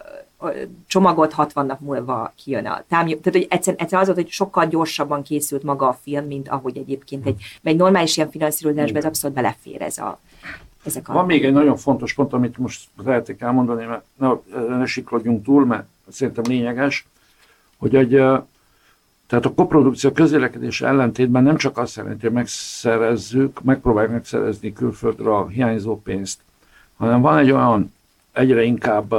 csomagot, 60 nap múlva kijön a támjog. Tehát, hogy egyszerűen az volt, hogy sokkal gyorsabban készült maga a film, mint ahogy egyébként egy normális ilyen finanszírozásban ez abszolút belefér ezek a... Van még egy nagyon fontos pont, amit most lehetek elmondani, mert ne siklodjunk túl, mert szerintem lényeges, hogy tehát a koprodukció közélekedés ellentétben nem csak azt jelenti, hogy megpróbáljuk megszerezni külföldre a hiányzó pénzt, hanem van egy olyan egyre inkább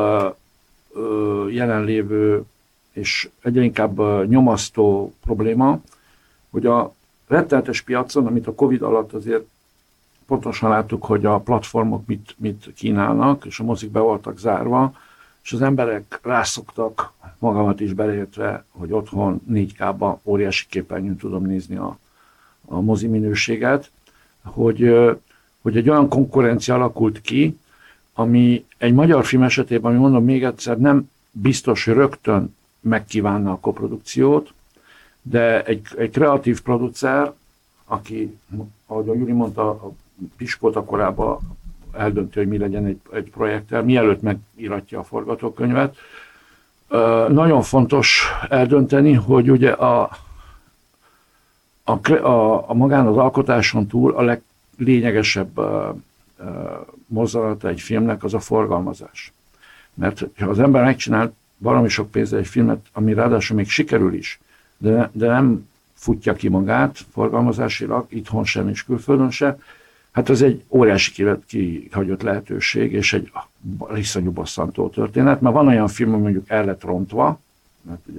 jelenlévő és egyre inkább nyomasztó probléma, hogy a rettenetes piacon, amit a Covid alatt azért pontosan láttuk, hogy a platformok mit kínálnak, és a mozik be voltak zárva, és az emberek rászoktak, magamat is beleértve, hogy otthon 4K-ba óriási képernyőn tudom nézni a mozi minőséget, hogy egy olyan konkurencia alakult ki, ami egy magyar film esetében, ami mondom még egyszer, nem biztos, hogy rögtön megkívánna a koprodukciót, de egy kreatív producer, aki, ahogy a Júli mondta, a piskóta korában eldönti, hogy mi legyen egy projekttel, mielőtt megíratja a forgatókönyvet. Nagyon fontos eldönteni, hogy ugye a magán az alkotáson túl a leglényegesebb mozzanata egy filmnek az a forgalmazás. Mert ha az ember megcsinál valami sok pénzzel egy filmet, ami ráadásul még sikerül is, de nem futja ki magát forgalmazásilag, itthon sem és külföldön sem, hát ez egy óriási kihagyott lehetőség, és egy iszonyú bosszantó történet, mert van olyan film, ami mondjuk el lett rontva, mert ugye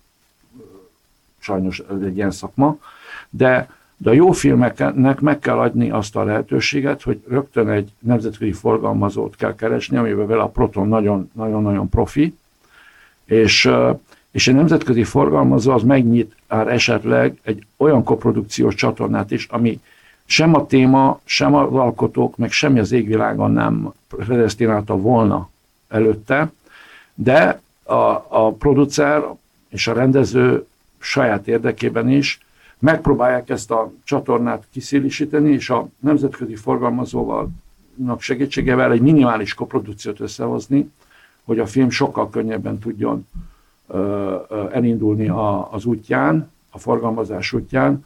sajnos ez egy ilyen szakma, de a jó filmeknek meg kell adni azt a lehetőséget, hogy rögtön egy nemzetközi forgalmazót kell keresni, amivel vele a Proton nagyon-nagyon profi, és egy nemzetközi forgalmazó az megnyit esetleg egy olyan koprodukciós csatornát is, ami sem a téma, sem az alkotók, meg semmi az égvilágon nem predesztinálta volna előtte, de a producer és a rendező saját érdekében is megpróbálják ezt a csatornát kiszélisíteni, és a nemzetközi forgalmazóval segítségével egy minimális koprodukciót összehozni, hogy a film sokkal könnyebben tudjon elindulni az útján, a forgalmazás útján,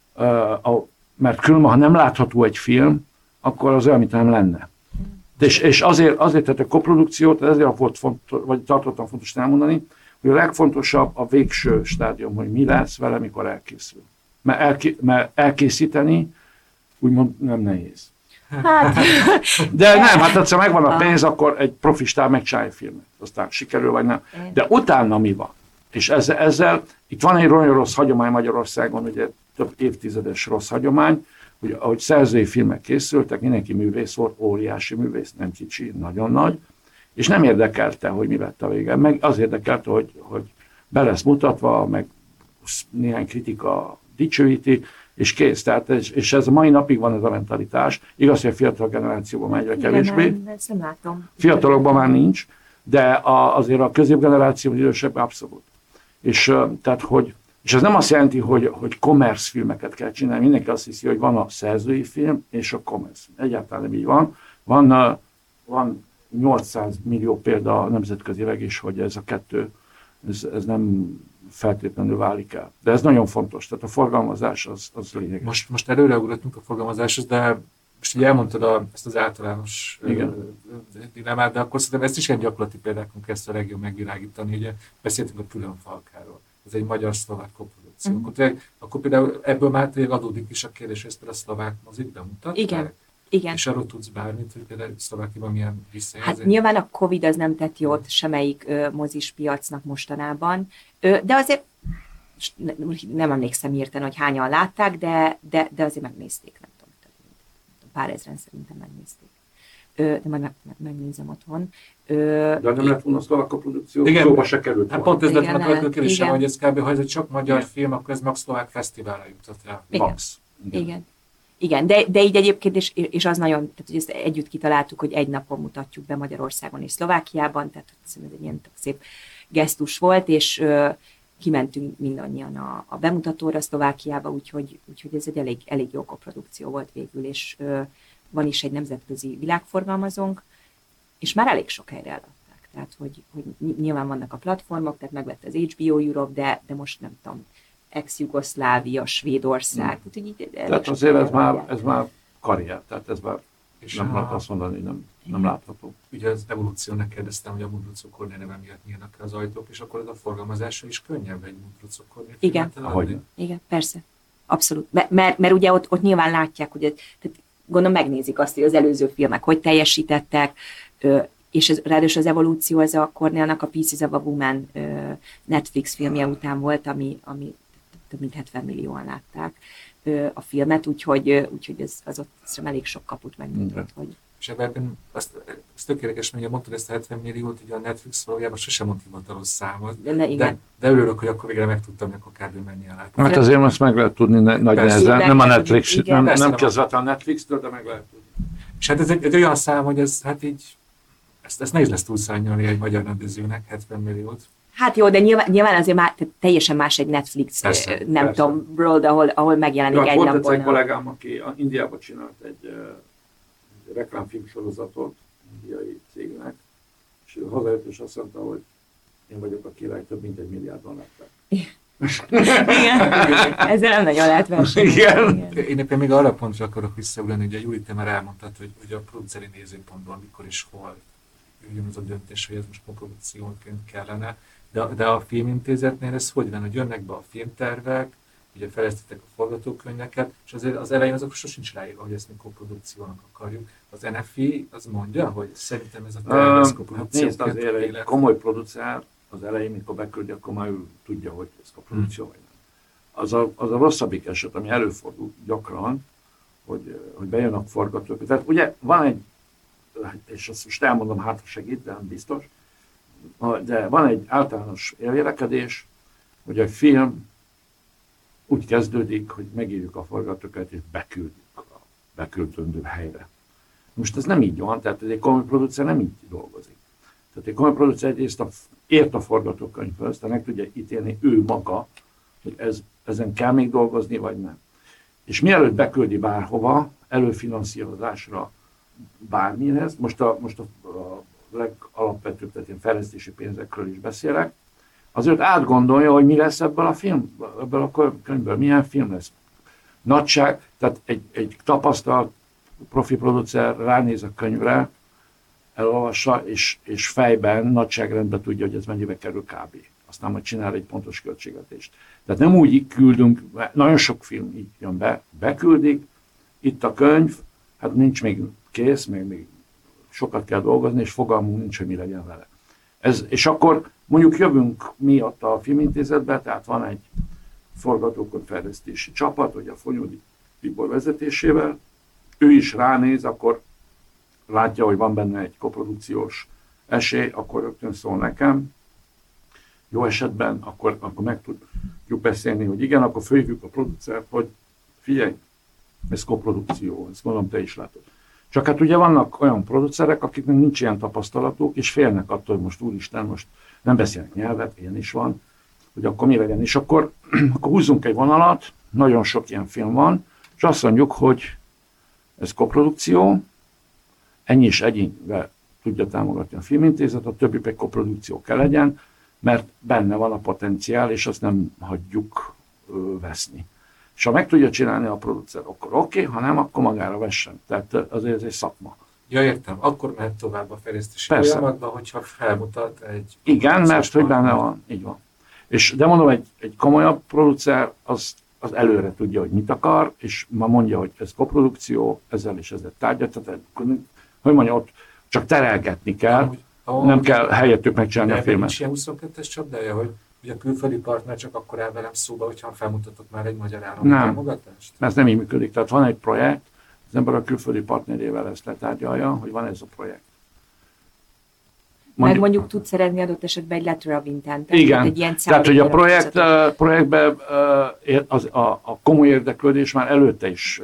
mert különben, ha nem látható egy film, akkor az olyan, mint nem lenne. És azért tehát a koprodukciót, ezért volt fontos, vagy tartottam fontos elmondani, hogy a legfontosabb a végső stádium, hogy mi lesz vele, mikor elkészül. Mert elkészíteni úgymond nem nehéz. Hát. De nem, hát ha megvan a pénz, akkor egy profi stáb megcsinálja filmet. Aztán sikerül vagy nem. De utána mi van? És ezzel itt van egy nagyon rossz hagyomány Magyarországon, ugye több évtizedes rossz hagyomány, hogy ahogy szerzői filmek készültek, mindenki művész volt, óriási művész, nem kicsi, nagyon nagy, és nem érdekelte, hogy mi lett a vége. Meg az érdekelte, hogy be lesz mutatva, meg néhány kritika dicsőíti, és kész. Tehát, és ez a mai napig van ez a mentalitás. Igaz, hogy a fiatal generációban már egyre kevésbé. Ezt nem látom. Fiatalokban már nincs, de azért a középgeneráció idősebb abszolút. És ez nem azt jelenti, hogy commerce filmeket kell csinálni. Mindenki azt hiszi, hogy van a szerzői film és a commerce film. Egyáltalán nem így van. Van 800 millió példa nemzetközileg is, hogy ez a kettő, ez nem feltétlenül válik el. De ez nagyon fontos, tehát a forgalmazás az lényeges. Most előreugrottunk a forgalmazáshoz, de most ugye elmondtad ezt az általános dilemmát, de akkor szerintem ezt is ilyen gyakorlati példákon kezdte a regió megvilágítani. Ugye beszéltünk a Különfalkáról. Ez egy magyar-szlovák koprodukció. Akkor például ebből már adódik is a kérdés, hogy ezt a szlovák mozik bemutatták? Igen. És arról tudsz bármit, hogy például Szlovákiában milyen visszajelzés? Hát nyilván a Covid az nem tett jót semmelyik mozis piacnak mostanában, de azért nem emlékszem hirtelen, hogy hányan látták, de azért megnézték, nem tudom, pár ezren szerintem megnézték. De majd megnézem otthon. De nem lett volna a szlovák koprodukció, szóba se került. Hát pont ez lett volna a következő kérdésem, hogy ez kb. Ha ez egy csak magyar film, akkor ez max szlovák fesztiválra jutott rá. Max. Igen, de így egyébként, és az nagyon, tehát hogy ezt együtt kitaláltuk, hogy egy napon mutatjuk be Magyarországon és Szlovákiában, tehát ez egy ilyen szép gesztus volt, és kimentünk mindannyian a bemutatóra Szlovákiába, úgyhogy ez egy elég jó koprodukció volt végül, és van is egy nemzetközi világforgalmazónk, és már elég sok helyre eladták. Tehát, hogy nyilván vannak a platformok, tehát megvett az HBO Europe, de most nem tudom, ex-Jugoszlávia, Svédország. Tehát azért ez már karrier, tehát ez már nem lehet azt mondani, hogy nem látható. Ugye az evolúciónak kérdeztem, hogy a Mundruczó Kornél miatt nyílnak az ajtók, és akkor ez a forgalmazása is könnyebb egy Mundruczó Kornél filmet eladni? Igen, persze. Abszolút. Mert ugye ott nyilván látják, hogy tehát gondolom megnézik azt, hogy az előző filmek hogy teljesítettek, és ráadásul az evolúció, ez a Kornélnak a Pieces of a Woman Netflix filmje után volt, ami több mint 70 millióan látták a filmet, úgyhogy az ott elég sok kaput megnyitott. És ebben az tökéletes, mert mondtad ezt a 70 milliót, ugye a Netflix valójában sosem mond hivatalos számot, de örülök, hogy akkor végre megtudtam, hogy akkor kb. Mennyien láttam. Hát azért most meg lehet tudni nagy nehezen, nem a Netflix, nem közvetlen a Netflix-től, de meg lehet tudni. És hát ez egy olyan szám, hogy ez hát így, ezt nehéz lesz túlszárnyalni egy magyar rendezőnek, 70 milliót. Hát jó, de nyilván azért már teljesen más egy Netflix, nem tudom, world, ahol megjelenik egy napon. Volt egy kollégám, aki Indiában csinált egy reklámfilm sorozatot indiai cégnek, és hazajött, és azt mondta, hogy én vagyok a király, több mint 1 milliárdan látták. Igen, ezzel nem nagyon lehet versenyezni. Én éppen még arra pontra akarok visszaugrani, ugye Júli, te már elmondtad, hogy a produceri nézőpontból mikor és hol jön az a döntés, hogy ez most koprodukcióként kellene. De a filmintézetnél ez hogy van, hogy jönnek be a filmtervek, ugye fejlesztettek a forgatókönyveket, és azért az elején azok sosincs ráírva, hogy ezt mi koprodukciónak akarjuk. Az NFI az mondja, hogy szerintem ez a terv koprodukcióként azért egy komoly producer az elején, mikor beküldi, akkor már ő tudja, hogy ez a produkció vagy nem. Az a rosszabbik eset, ami előfordul gyakran, hogy bejön a forgatókönyv. Tehát ugye van egy, és azt most elmondom, hát ha segít, de nem biztos, de van egy általános elvélekedés, hogy a film úgy kezdődik, hogy megírjuk a forgatókönyvet, és beküldjük a beküldendő helyre. Most ez nem így van, tehát egy komoly producer nem így dolgozik. Tehát egy komoly producer egyrészt ért a forgatókönyvhöz, tehát meg tudja ítélni ő maga, hogy ezen kell még dolgozni, vagy nem. És mielőtt beküldi bárhova, előfinanszírozásra bármihez, most a legalapvetőbb, tehát ilyen fejlesztési pénzekről is beszélek, azért átgondolja, hogy mi lesz ebből a könyvből, milyen film lesz. Nagyság, tehát egy tapasztalt profi producer ránéz a könyvre, elolvassa, és fejben, nagyságrendben tudja, hogy ez mennyibe kerül kb. Aztán majd csinál egy pontos költségvetést. Tehát nem úgy küldünk, nagyon sok film így jön be, beküldik, itt a könyv, hát nincs még kész, még sokat kell dolgozni, és fogalmunk nincs, hogy mi legyen vele. És akkor mondjuk jövünk mi ott a Filmintézetbe, tehát van egy forgatókönyvfejlesztési csapat, hogy a Fonyódi Tibor vezetésével, ő is ránéz, akkor látja, hogy van benne egy koprodukciós esély, akkor rögtön szól nekem. Jó esetben, akkor meg tudjuk beszélni, hogy igen, akkor fölhívjuk a producert, hogy figyelj, ez koprodukció, ezt mondom, te is látod. Csak hát ugye vannak olyan producerek, akiknek nincs ilyen tapasztalatuk, és félnek attól, hogy most úristen, most nem beszélnek nyelvet, ilyen is van, hogy akkor mi legyen. És akkor húzzunk egy vonalat, nagyon sok ilyen film van, és azt mondjuk, hogy ez koprodukció, ennyi is egyénvel tudja támogatni a Filmintézet, a többi pedig koprodukció kell legyen, mert benne van a potenciál, és azt nem hagyjuk veszni. És ha meg tudja csinálni a producer, akkor oké, ha nem, akkor magára vessen. Tehát azért ez egy szakma. Ja, értem. Akkor mehet tovább a fejlesztési folyamatban, hogyha felmutat egy... Igen, mert hogy benne van. Így van. De mondom, egy komolyabb producer, az előre tudja, hogy mit akar, és ma mondja, hogy ez koprodukció, ezzel és ezzel tárgyat, tehát hogy mondja, ott csak terelgetni kell, nem kell helyettük megcsinálni a filmet. Nincs ilyen 22-es csapdája, hogy a külföldi partner csak akkor áll velem szóba, hogyha felmutatok már egy magyar állami támogatást? Nem, ez nem így működik. Tehát van egy projekt, az ember a külföldi partnerével ezt letárgyalja, hogy van ez a projekt. Mondjuk tud szerezni adott esetben egy letter of intent. Igen, egy ilyen tehát hogy a projektben a komoly érdeklődés már előtte is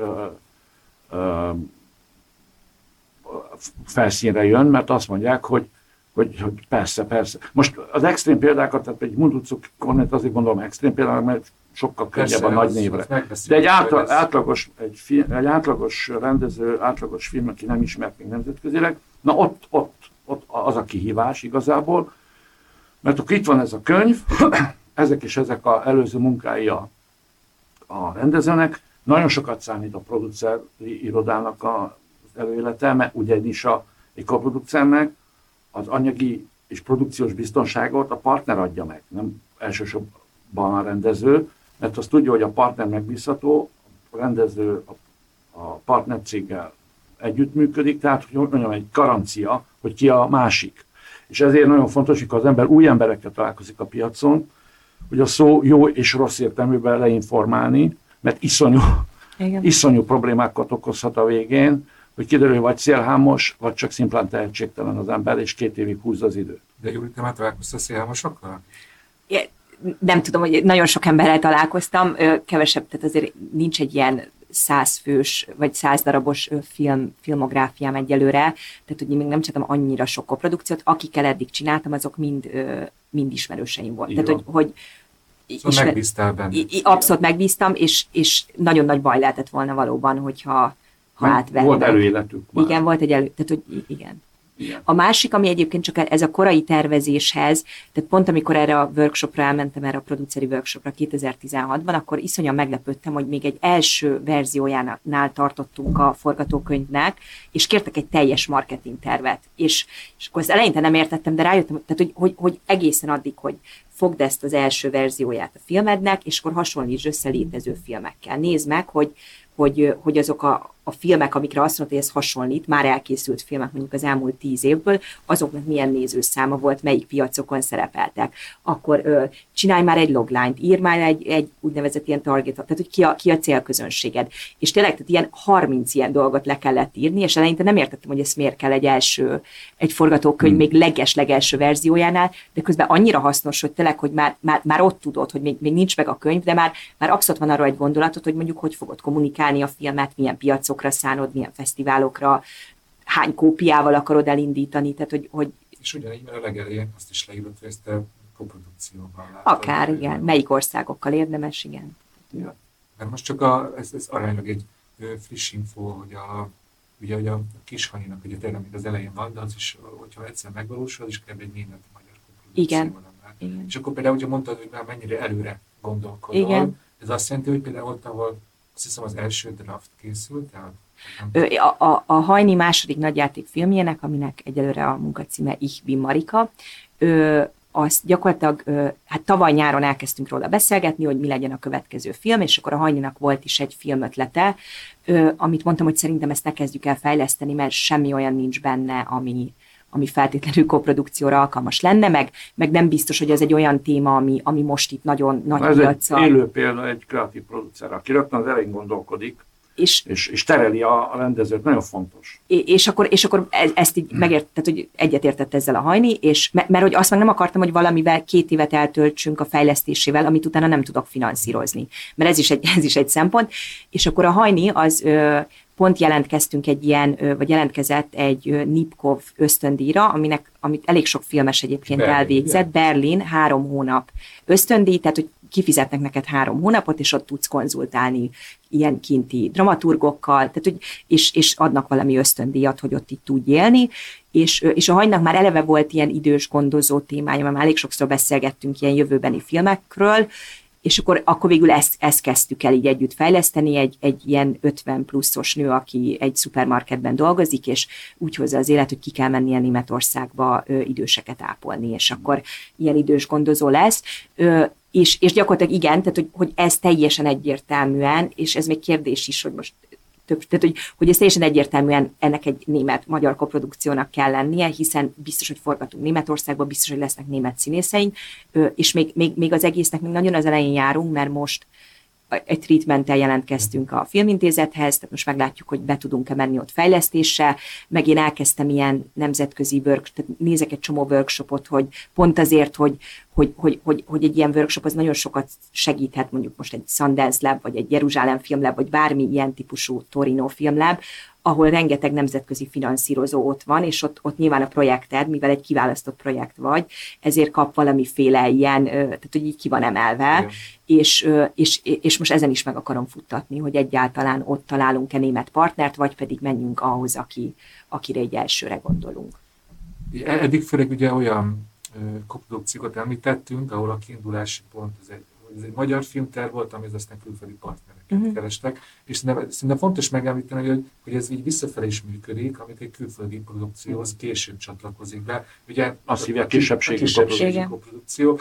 felszínre jön, mert azt mondják, hogy persze. Most az extrém példákat, tehát egy Munducuk Kornet azért gondolom extrém példának, mert sokkal könnyebb a nagy névre. De egy átlagos rendező, átlagos film, aki nem ismert még nemzetközileg, na ott az a kihívás igazából, mert akkor itt van ez a könyv, ezek az előző munkái a rendezőnek, nagyon sokat számít a produceri irodának az előélete, mert ugyanis egy koproducernek az anyagi és produkciós biztonságot a partner adja meg, nem elsősorban a rendező, mert azt tudja, hogy a partner megbízható, a rendező a partnercéggel együttműködik, tehát hogy mondjam, egy garancia, hogy ki a másik. És ezért nagyon fontos, hogy az ember új emberekkel találkozik a piacon, hogy a szó jó és rossz értelműben leinformálni, mert iszonyú problémákat okozhat a végén, hogy kiderül, vagy szélhámos, vagy csak szimplán tehetségtelen az ember, és 2 évig húzza az időt. De Júli, te már találkoztál szélhámosokkal? Nem tudom, hogy nagyon sok emberrel találkoztam, kevesebb, tehát azért nincs egy ilyen 100 fős, vagy 100 darabos filmográfiám egyelőre, tehát hogy én még nem csináltam annyira sok koprodukciót, akikkel eddig csináltam, azok mind ismerőseim volt. Tehát, hogy szóval megbíztál benne. Abszolút megbíztam, és nagyon nagy baj lehetett volna valóban, hogyha átvennek. Volt előéletük már. Igen, volt egy tehát hogy igen. A másik, ami egyébként csak ez a korai tervezéshez, tehát pont amikor erre a workshopra elmentem, erre a produceri workshopra 2016-ban, akkor iszonyan meglepődtem, hogy még egy első verziójánál tartottunk a forgatókönyvnek, és kértek egy teljes marketing tervet. És akkor ezt eleinte nem értettem, de rájöttem, tehát, hogy egészen addig, hogy fogd ezt az első verzióját a filmednek, és akkor hasonlítsd össze létező filmekkel. Nézd meg, hogy hogy azok a filmek, amikre azt mondta, hogy ez hasonlít, már elkészült filmek mondjuk az elmúlt 10 évből, azoknak milyen nézőszáma volt, melyik piacokon szerepeltek. Akkor csinálj már egy logline-t, írj már egy úgynevezett ilyen targetot, tehát hogy ki a célközönséged. És tényleg tehát ilyen 30 ilyen dolgot le kellett írni, és eleinte nem értettem, hogy ez miért kell egy forgatókönyv még legelső verziójánál, de közben annyira hasznos, hogy tényleg, hogy már ott tudod, hogy még nincs meg a könyv, de már abszolút van arra egy gondolatod, hogy mondjuk hogy fogod kommunikálni a filmet, milyen piacokra szánod, milyen fesztiválokra, hány kópiával akarod elindítani, tehát hogy és ugyanígy, mert a legelején azt is leírod, hogy ezt a koprodukcióban látod. akár, igen, melyik országokkal érdemes, igen. Ja. Mert most csak ez aránylag egy friss info, hogy ugye a Kishaninak ugye tényleg még az elején van, de az is, hogyha egyszer megvalósul, az is kell egy német-magyar koprodukció. Igen. És akkor például, ugye mondtad, hogy már mennyire előre gondolkodol. Igen. Ez azt jelenti, hogy például ott, ahol azt hiszem az első draft készült, tehát a Hajni második nagyjáték filmjének, aminek egyelőre a munkacíme Ich bin Marika, azt gyakorlatilag, hát tavaly nyáron elkezdtünk róla beszélgetni, hogy mi legyen a következő film, és akkor a Hajninak volt is egy filmötlete, amit mondtam, hogy szerintem ezt ne kezdjük el fejleszteni, mert semmi olyan nincs benne, ami feltétlenül koprodukcióra alkalmas lenne, meg nem biztos, hogy ez egy olyan téma, ami most itt nagyon nagy piaca. Ez egy élő példa egy kreatív producer, aki rögtön az elején gondolkodik, és tereli a rendezőt, nagyon fontos. És akkor ezt így megértett, hogy egyetértett ezzel a Hajni, és mert hogy azt meg nem akartam, hogy valamivel 2 évet eltöltsünk a fejlesztésével, amit utána nem tudok finanszírozni. Mert ez is egy szempont. És akkor a Hajni az pont jelentkeztünk jelentkezett egy Nipkow ösztöndíjra, amit elég sok filmes egyébként elvégzett, Berlin, 3 hónap ösztöndíj, tehát hogy kifizetnek neked 3 hónapot, és ott tudsz konzultálni ilyen kinti dramaturgokkal, tehát, hogy, és adnak valami ösztöndíjat, hogy ott itt tudj élni, és a Hajnak már eleve volt ilyen idős gondozó témája, mert már elég sokszor beszélgettünk ilyen jövőbeni filmekről, és akkor végül ezt kezdtük el így együtt fejleszteni, egy ilyen 50 pluszos nő, aki egy szupermarketben dolgozik, és úgy hozza az élet, hogy ki kell mennie Németországba időseket ápolni, és akkor ilyen idős gondozó lesz. És gyakorlatilag igen, tehát hogy ez teljesen egyértelműen, és ez még kérdés is, hogy most tehát, hogy ez teljesen egyértelműen ennek egy német-magyar koprodukciónak kell lennie, hiszen biztos, hogy forgatunk Németországban, biztos, hogy lesznek német színészeink, és még az egésznek még nagyon az elején járunk, mert most egy treatmenttel jelentkeztünk a filmintézethez, tehát most meglátjuk, hogy be tudunk-e menni ott fejlesztésre, meg én elkezdtem ilyen nemzetközi tehát nézek egy csomó workshopot, hogy pont azért, hogy egy ilyen workshop az nagyon sokat segíthet, mondjuk most egy Sundance Lab, vagy egy Jeruzsálem Film Lab, vagy bármi ilyen típusú Torino Film Lab, ahol rengeteg nemzetközi finanszírozó ott van, és ott nyilván a projekted, mivel egy kiválasztott projekt vagy, ezért kap valamiféle ilyen, tehát hogy így ki van emelve, és most ezen is meg akarom futtatni, hogy egyáltalán ott találunk-e német partnert, vagy pedig menjünk ahhoz, akire egy elsőre gondolunk. Eddig főleg ugye olyan koprodukciókat említettünk, ahol a kiindulási pont ez egy magyar filmterv volt, amihez aztán külföldi partnereket kerestek, és szerintem fontos megemlíteni, hogy ez így visszafelé is működik, amit egy külföldi produkcióhoz később csatlakozik be. Ugye azt hívják kisebbségi koprodukció.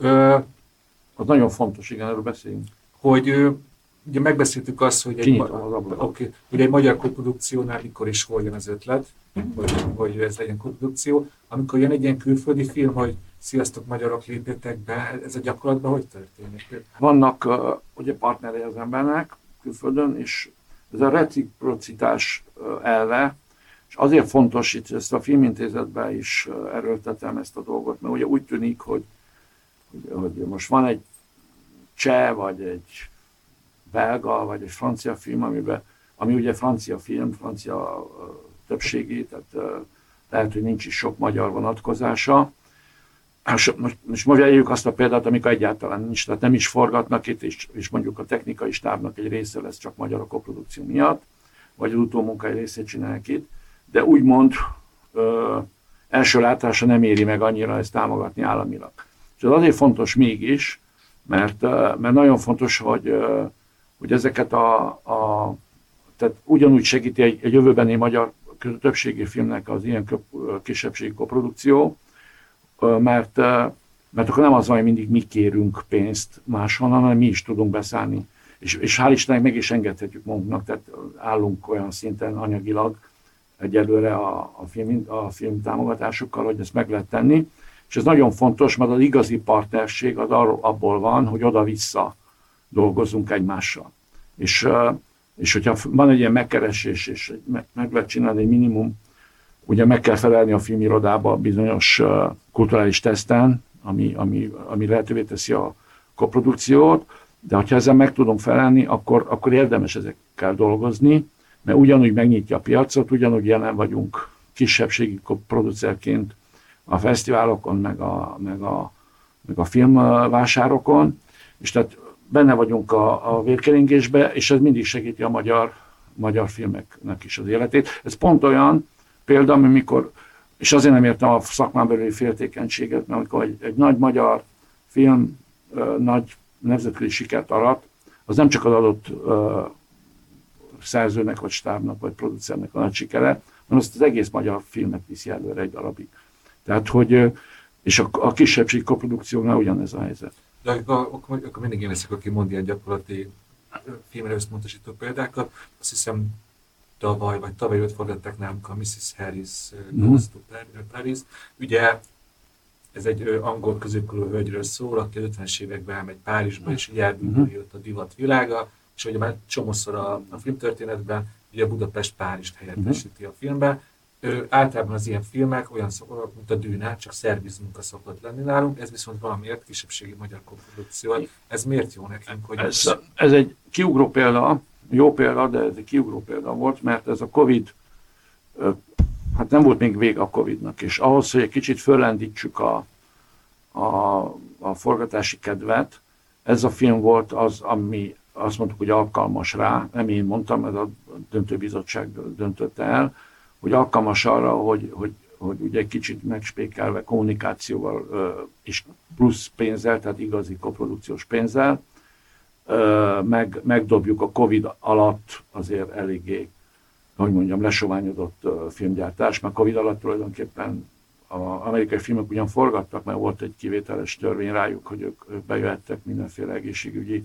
Az nagyon fontos, igen, erről beszéljünk. Hogy ugye megbeszéltük azt, hogy egy magyar koprodukciónál mikor és hol jön az ötlet, hogy ez legyen koprodukció. Amikor jön egy ilyen külföldi film, hogy sziasztok magyarok, lépjetek be, ez a gyakorlatban hogy történik? Vannak ugye partnerei az embernek külföldön, és ez a reciprocitás elve, és azért fontos, itt ezt a filmintézetben is erőltetem ezt a dolgot, mert ugye úgy tűnik, hogy most van egy cseh, vagy egy belga, vagy egy francia film, ami ugye francia film, francia többségi, tehát lehet, hogy nincs is sok magyar vonatkozása. Most éljük azt a példát, amikor egyáltalán nincs, tehát nem is forgatnak itt, és mondjuk a technikai stábnak egy része lesz csak magyar a koprodukció miatt, vagy az utómunkai részét csinálják itt, de úgymond első látásra nem éri meg annyira ezt támogatni államilag. És ez azért fontos mégis, mert nagyon fontos, hogy ezeket tehát ugyanúgy segíti egy jövőbeni magyar többségi filmnek az ilyen kisebbségi koprodukció, mert akkor nem az van, hogy mindig mi kérünk pénzt máshonnan, hanem mi is tudunk beszállni. és hál' Istennek meg is engedhetjük magunknak, tehát állunk olyan szinten anyagilag egyelőre a film támogatásokkal, hogy ezt meg lehet tenni. És ez nagyon fontos, mert az igazi partnerség az abból van, hogy oda-vissza dolgozzunk egymással. És hogyha van egy ilyen megkeresés, és meg lehet csinálni egy minimum, ugye meg kell felelni a filmirodába bizonyos kulturális teszten, ami lehetővé teszi a koprodukciót, de ha ezzel meg tudunk felelni, akkor érdemes ezekkel dolgozni, mert ugyanúgy megnyitja a piacot, ugyanúgy jelen vagyunk kisebbségi producerként a fesztiválokon, meg a filmvásárokon, és tehát benne vagyunk a vérkeringésbe, és ez mindig segíti a magyar filmeknek is az életét. Ez pont olyan példa, amikor, és azért nem értem a szakmán belüli féltékenységet, mert amikor egy nagy magyar film nagy nemzetközi sikert arat, az nem csak az adott szerzőnek, vagy stábnak, vagy producernek a nagy sikere, hanem azt az egész magyar filmet viszi előre egy darabig. Tehát, hogy, és a kisebbség koprodukciónál ugyanez a helyzet. De akkor mindig én leszek, aki mond ilyen gyakorlati filmre összpontosító példákat. Azt hiszem, tavaly előtt fordították nálunk a Mrs. Harris Goes to Paris. Ugye ez egy angol középkorú hölgyről szól, aki 50-es években elmegy Párizsba, és így elbűnöli ott a divat világa, és ugye már csomószor a filmtörténetben ugye Budapest Párizst helyettesíti a filmben. Általában az ilyen filmek olyan szokott, mint a Dűne, csak szerviz munka szokott lenni nálunk, ez viszont valamiért kisebbségi magyar koprodukció. Ez miért jó nekünk? Hogy ez egy kiugró példa, jó példa, de ez egy kiugró példa volt, mert ez a Covid, hát nem volt még vége a Covidnak, és ahhoz, hogy egy kicsit föllendítsük a forgatási kedvet, ez a film volt az, ami azt mondtuk, hogy alkalmas rá, nem én mondtam, ez a döntőbizottság döntötte el, hogy alkalmas arra, hogy ugye egy kicsit megspékelve kommunikációval és plusz pénzzel, tehát igazi koprodukciós pénzzel, megdobjuk a Covid alatt azért eléggé, hogy mondjam, lesoványodott filmgyártás, mert Covid alatt tulajdonképpen az amerikai filmek ugyan forgattak, mert volt egy kivételes törvény rájuk, hogy ők bejöhettek mindenféle egészségügyi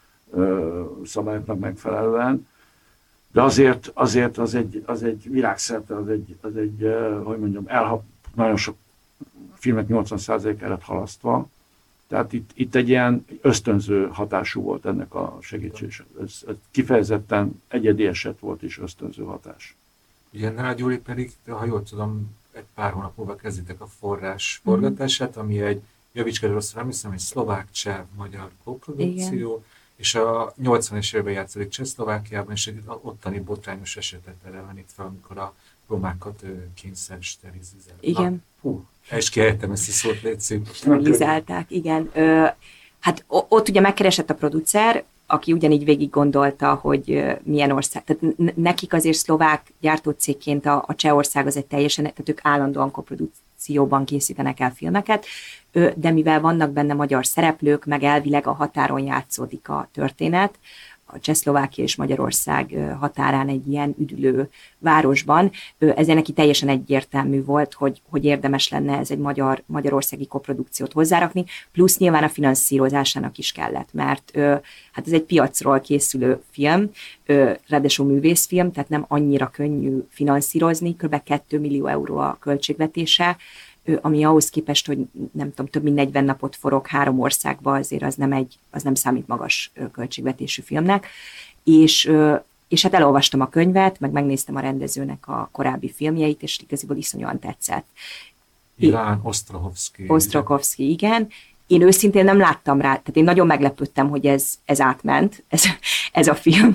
szabályoknak megfelelően, de azért az egy világszerte, az egy hogy mondjam, nagyon sok filmek 80%-a lett halasztva, tehát itt egy ilyen ösztönző hatású volt ennek a segítség. Ez kifejezetten egyedi eset volt és ösztönző hatás. Ugye Nád Gyuri pedig, ha jól tudom, egy pár hónap múlva kezditek a Forrás forgatását, ami egy, javíts kell rosszul, nem hiszem, egy szlovák-csev-magyar koprodukció, és a 80-es évben játszódik Csehszlovákiában, és egy ottani botrányos esetet elevenít fel, amikor a romákat kényszer sterilizálták. Igen. És kiejtem ezt a szót, légy szép. Sterilizálták, igen. Hát ott ugye megkeresett a producer, aki ugyanígy végig gondolta, hogy milyen ország. Tehát nekik azért szlovák gyártócégként a Csehország az egy teljesen, tehát ők állandóan koprodukcióban készítenek el filmeket, de mivel vannak benne magyar szereplők, meg elvileg a határon játszódik a történet, a Csehszlovákia és Magyarország határán egy ilyen üdülő városban, ezért neki teljesen egyértelmű volt, hogy érdemes lenne ez egy magyarországi koprodukciót hozzárakni, plusz nyilván a finanszírozásának is kellett, mert hát ez egy piacról készülő film, ráadásul művészfilm, tehát nem annyira könnyű finanszírozni, kb. 2 millió euró a költségvetése, ami ahhoz képest, hogy nem tudom, több mint 40 napot forog 3 országba, azért az nem számít magas költségvetésű filmnek. És hát elolvastam a könyvet, meg megnéztem a rendezőnek a korábbi filmjeit, és igaziból iszonyúan tetszett. Iván Ostrakhovszky. Ostrakhovszky, igen. Én őszintén nem láttam rá, tehát én nagyon meglepődtem, hogy ez átment, ez a film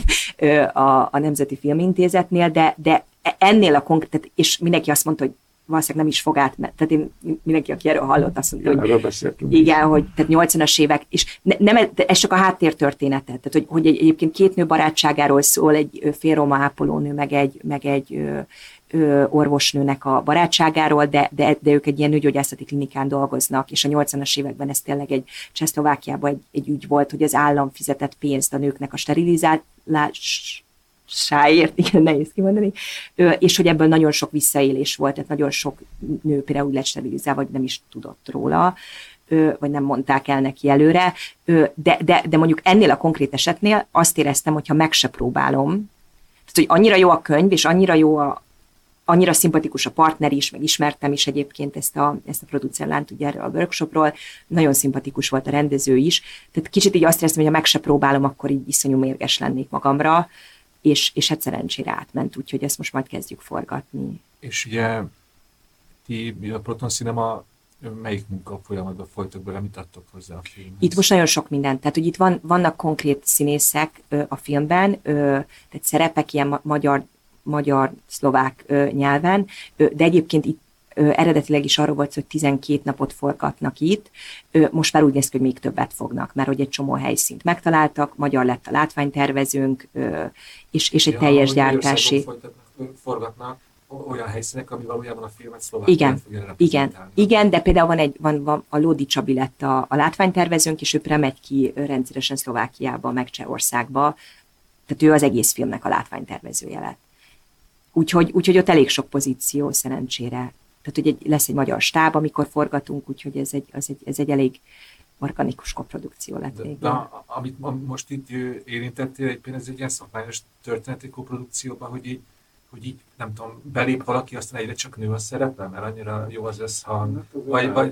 a Nemzeti Filmintézetnél, de ennél a konkrét, és mindenki azt mondta, hogy valószínűleg nem is fog átmenni. Tehát mindenki, aki erről hallott, azt mondta, hogy igen, hogy tehát 80-as évek, és ez csak a háttértörténete. Tehát, hogy egyébként 2 nő barátságáról szól, egy félroma ápolónő, meg egy orvosnőnek a barátságáról, de ők egy ilyen nőgyógyászati klinikán dolgoznak, és a 80-as években ez tényleg egy Csehszlovákiában egy ügy volt, hogy az állam fizetett pénzt a nőknek a sterilizálás sáért, igen, nehéz kimondani, és hogy ebből nagyon sok visszaélés volt, tehát nagyon sok nő például úgy lett sterilizálva, vagy nem is tudott róla. vagy nem mondták el neki előre, de mondjuk ennél a konkrét esetnél azt éreztem, hogyha meg se próbálom, tehát, hogy annyira jó a könyv, és annyira szimpatikus a partner is, meg ismertem is egyébként ezt a producerlánt ugye erről a workshopról, nagyon szimpatikus volt a rendező is, tehát kicsit így azt éreztem, hogy ha meg se próbálom, akkor így iszonyú mérges lennék magamra, és hát szerencsére átment, úgyhogy ezt most majd kezdjük forgatni. És ugye ti a Proton Cinema melyik munka folyamatban folytok bele, mit adtok hozzá a filmhez? Itt most nagyon sok minden, tehát hogy itt vannak konkrét színészek a filmben, tehát szerepek ilyen magyar-szlovák nyelven, de egyébként itt eredetileg is arról volt, hogy 12 napot forgatnak itt, most már úgy néz ki, hogy még többet fognak, mert hogy egy csomó helyszínt megtaláltak, magyar lett a látványtervezőnk, és egy teljes gyártási... Forgatnak olyan helyszínek, ami valójában a filmet szlovákiát fogja reprezentálni. Igen, de például van a Lódi Csabi lett a látványtervezőnk, és ő megy ki rendszeresen Szlovákiába, meg Csehországba, tehát ő az egész filmnek a látványtervezője lett. Úgyhogy ott elég sok pozíció szerencsére. Tehát, hogy lesz egy magyar stáb, amikor forgatunk, úgyhogy ez egy elég organikus koprodukció lett végül. De amit most itt érintettél, egyébként ez egy ilyen szakmányos történeti koprodukcióban, hogy így, nem tudom, belép valaki, aztán egyre csak nő a szerepe, mert annyira jó az összhang, vagy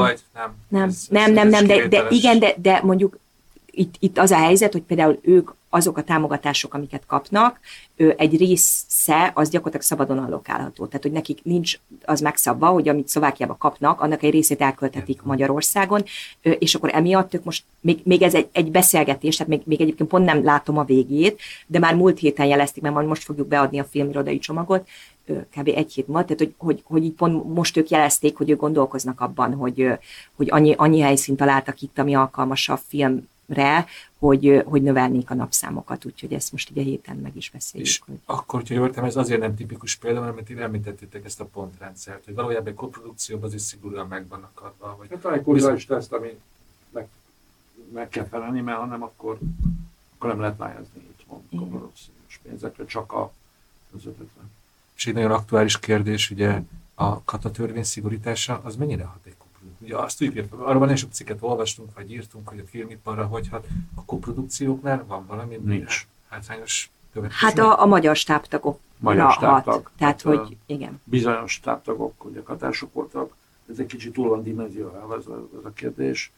nem, de igen, de mondjuk itt az a helyzet, hogy például ők azok a támogatások, amiket kapnak, egy része az gyakorlatilag szabadon allokálható. Tehát, hogy nekik nincs az megszabva, hogy amit Szlovákiába kapnak, annak egy részét elköltetik Magyarországon, és akkor emiatt ők most, még ez egy beszélgetés, tehát még egyébként pont nem látom a végét, de már múlt héten jelezték, mert majd most fogjuk beadni a filmirodai csomagot, kb. Egy hét múlva, tehát hogy így pont most ők jelezték, hogy ők gondolkoznak abban, hogy annyi helyszínt találtak itt, ami alkalmas a filmre, hogy növelnék a napszámokat, úgyhogy ezt most így a héten meg is beszéljük. És akkor, hogyha jól értem, ez azért nem tipikus példa, mert én említettétek ezt a pontrendszert, hogy valójában egy koprodukcióban azért szigorúan meg vannak adva. Hát van egy kulturális teszt, ami meg kell felelni, mert ha nem, akkor nem lehet pályázni itthon koprodukciós pénzekre, csak a közvetetlen. És egy nagyon aktuális kérdés, ugye a katatörvény szigorítása, az mennyire hat egy koprodukcióra? Ugye azt tudjuk, hogy arról nagyon sok cikket olvastunk, vagy írtunk, hogy a filmiparra hogy hat. A koprodukcióknál van valami nincs hátrányos következmény? Hát a magyar stábtagok hat. Tehát, hogy igen. Bizonyos stábtagok, ugye katások voltak, ez egy kicsit túl van dimenzióval ez a kérdés.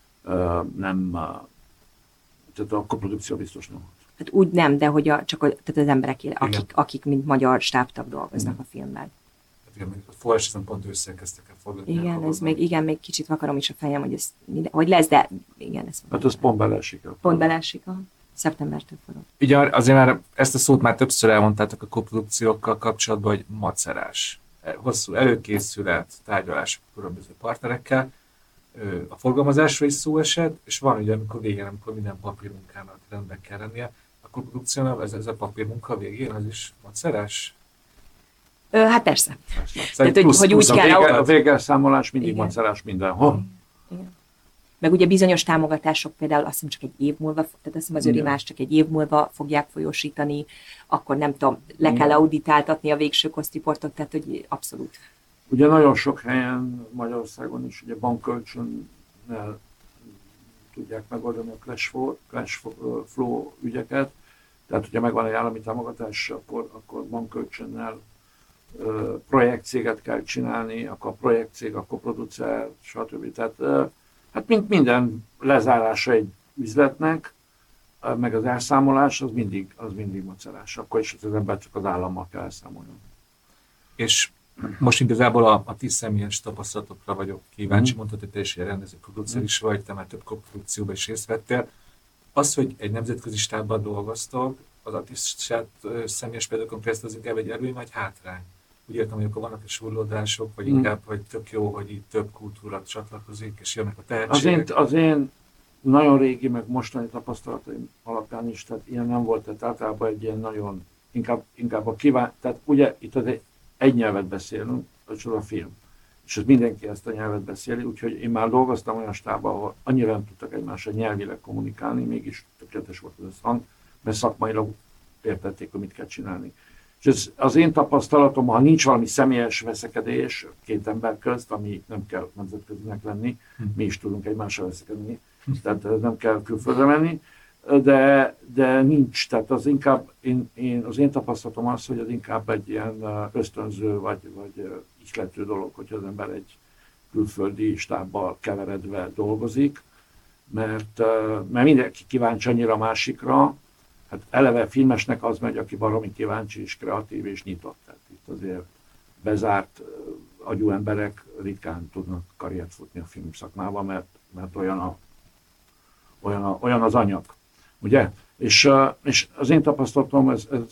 Tehát a koprodukció biztos nem hat. Hát úgy nem, de hogy tehát az emberek, akik mint magyar stábtag dolgoznak a filmben. A forrás ezen pont ősszel kezdtek el forgatni. Igen, még kicsit vakarom is a fejem, hogy lesz, de igen. Hát az pont beleesik. Pont beleesik, szeptembertől forog. Ugye azért már ezt a szót már többször elmondtátok a koprodukciókkal kapcsolatban, hogy macerás. Hosszú előkészület, tárgyalások különböző partnerekkel. A forgalmazásra is szó esett, és van ugye, amikor végén, amikor minden papírmunkának rendben kell lennie, a koprodukciónál ez a papírmunka végén, az is macerás? Hát persze. Tehát, hogy úgy kell... A végelszámolás mindig macerás mindenhol. Igen. Meg ugye bizonyos támogatások például azt hiszem csak egy év múlva, tehát azt hiszem az Örimás csak egy év múlva fogják folyósítani, akkor nem tudom, le kell auditáltatni a végső kosztriportot, tehát hogy abszolút. Ugye nagyon sok helyen Magyarországon is ugye bankkölcsönnel tudják megoldani a cash flow ügyeket, tehát hogyha megvan egy állami támogatás, akkor bankkölcsönnel projektcéget kell csinálni, akkor a projektcég, akkor producer, stb. Tehát hát minden lezárása egy üzletnek, meg az elszámolás, az mindig macerás. Akkor is az ember csak az állammal kell elszámolni. És most igazából a ti személyes tapasztalatokra vagyok kíváncsi, mondtad, hogy te is ilyen rendező producer is vagy, te már több koprodukcióban is részt vettél. Az, hogy egy nemzetközi stábban dolgoztok, az a saját személyes példákon keresztül az inkább egy előny vagy hátrány? Úgy értem, hogy akkor vannak a surlódások, vagy inkább, hogy tök jó, hogy itt több kultúra csatlakozik, és jönnek a tehetségek. Az én nagyon régi, meg mostani tapasztalataim alapján is, tehát ilyen nem volt, tehát általában egy ilyen nagyon, inkább tehát ugye itt egy nyelvet beszélünk, az a film, és mindenki ezt a nyelvet beszéli, úgyhogy én már dolgoztam olyan stábban, ahol annyira nem tudtak egymással nyelvileg kommunikálni, mégis tökéletes volt az összhang, mert szakmailag értették, hogy mit kell csinálni. És És az én tapasztalatom, ha nincs valami személyes veszekedés két ember közt, ami nem kell nemzetközinek lenni, mi is tudunk egymással veszekedni, tehát nem kell külföldre menni, de nincs, tehát az inkább, az én tapasztalatom az, hogy az inkább egy ilyen ösztönző vagy ihlető dolog, hogy az ember egy külföldi stábbal keveredve dolgozik, mert mindenki kíváncsi annyira a másikra, hát eleve filmesnek az megy, aki baromi kíváncsi és kreatív és nyitott. Tehát itt azért bezárt agyú emberek ritkán tudnak karriert futni a filmszakmában, mert olyan az anyag. Ugye? És az én tapasztalatom,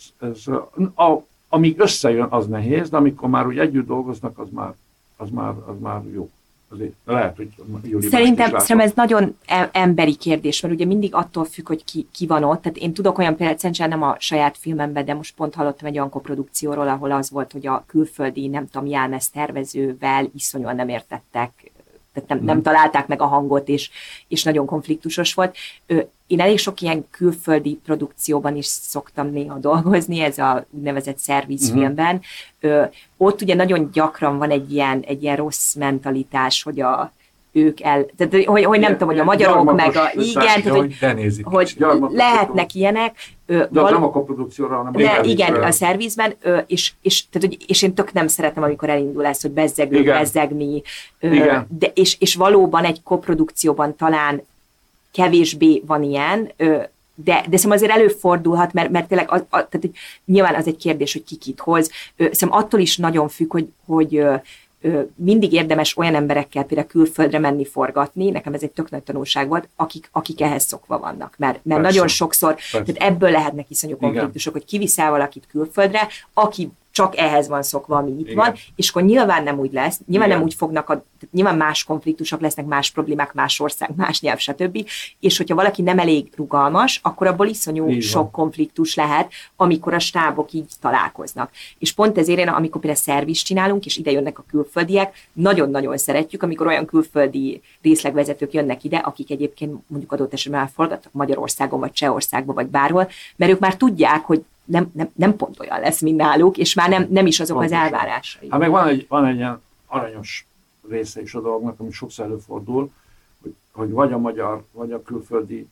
amíg összejön, az nehéz, de amikor már úgy együtt dolgoznak, az már jó. Azért lehet, hogy Szerintem ez nagyon emberi kérdés, mert ugye mindig attól függ, hogy ki van ott. Tehát én tudok olyan példát, szerintem nem a saját filmemben, de most pont hallottam egy olyan koprodukcióról, ahol az volt, hogy a külföldi, nem tudom, jelmez tervezővel iszonyúan nem értettek, tehát nem találták meg a hangot, és nagyon konfliktusos volt. Én elég sok ilyen külföldi produkcióban is szoktam néha dolgozni, ez a úgynevezett szervizfilmben. Ott ugye nagyon gyakran van egy ilyen rossz mentalitás, hogy ők tehát, hogy nem tudom, hogy a magyarok meg a... Igen, tehát, hogy lehetnek ilyenek. De nem a koprodukcióra, hanem igen, a szervizben, és én tök nem szeretem, amikor elindul ez, hogy bezzegni. És valóban egy koprodukcióban talán kevésbé van ilyen, de szerintem azért előfordulhat, mert tényleg tehát, nyilván az egy kérdés, hogy ki kit hoz. Szerintem attól is nagyon függ, hogy mindig érdemes olyan emberekkel például külföldre menni forgatni, nekem ez egy tök nagy tanulság volt, akik ehhez szokva vannak. Mert nagyon sokszor, tehát ebből lehetnek iszonyú konfliktusok, hogy kivisz el valakit külföldre, aki csak ehhez van szokva, ami itt van, és akkor nyilván nem úgy lesz, nyilván nem úgy fognak, nyilván más konfliktusok lesznek, más problémák, más ország, más nyelv, stb. És hogyha valaki nem elég rugalmas, akkor abból iszonyú sok konfliktus lehet, amikor a stábok így találkoznak. És pont ezért én, amikor például szervizt csinálunk, és ide jönnek a külföldiek, nagyon-nagyon szeretjük, amikor olyan külföldi részlegvezetők jönnek ide, akik egyébként mondjuk adott esetben már forgattak Magyarországon, vagy Csehországban, vagy bárhol, mert ők már tudják, hogy nem pont olyan lesz, mint náluk, és már nem is azok pontosan az elvárásai. Hát meg van egy ilyen aranyos része is a dolognak, ami sokszor előfordul, hogy vagy a magyar, vagy a külföldi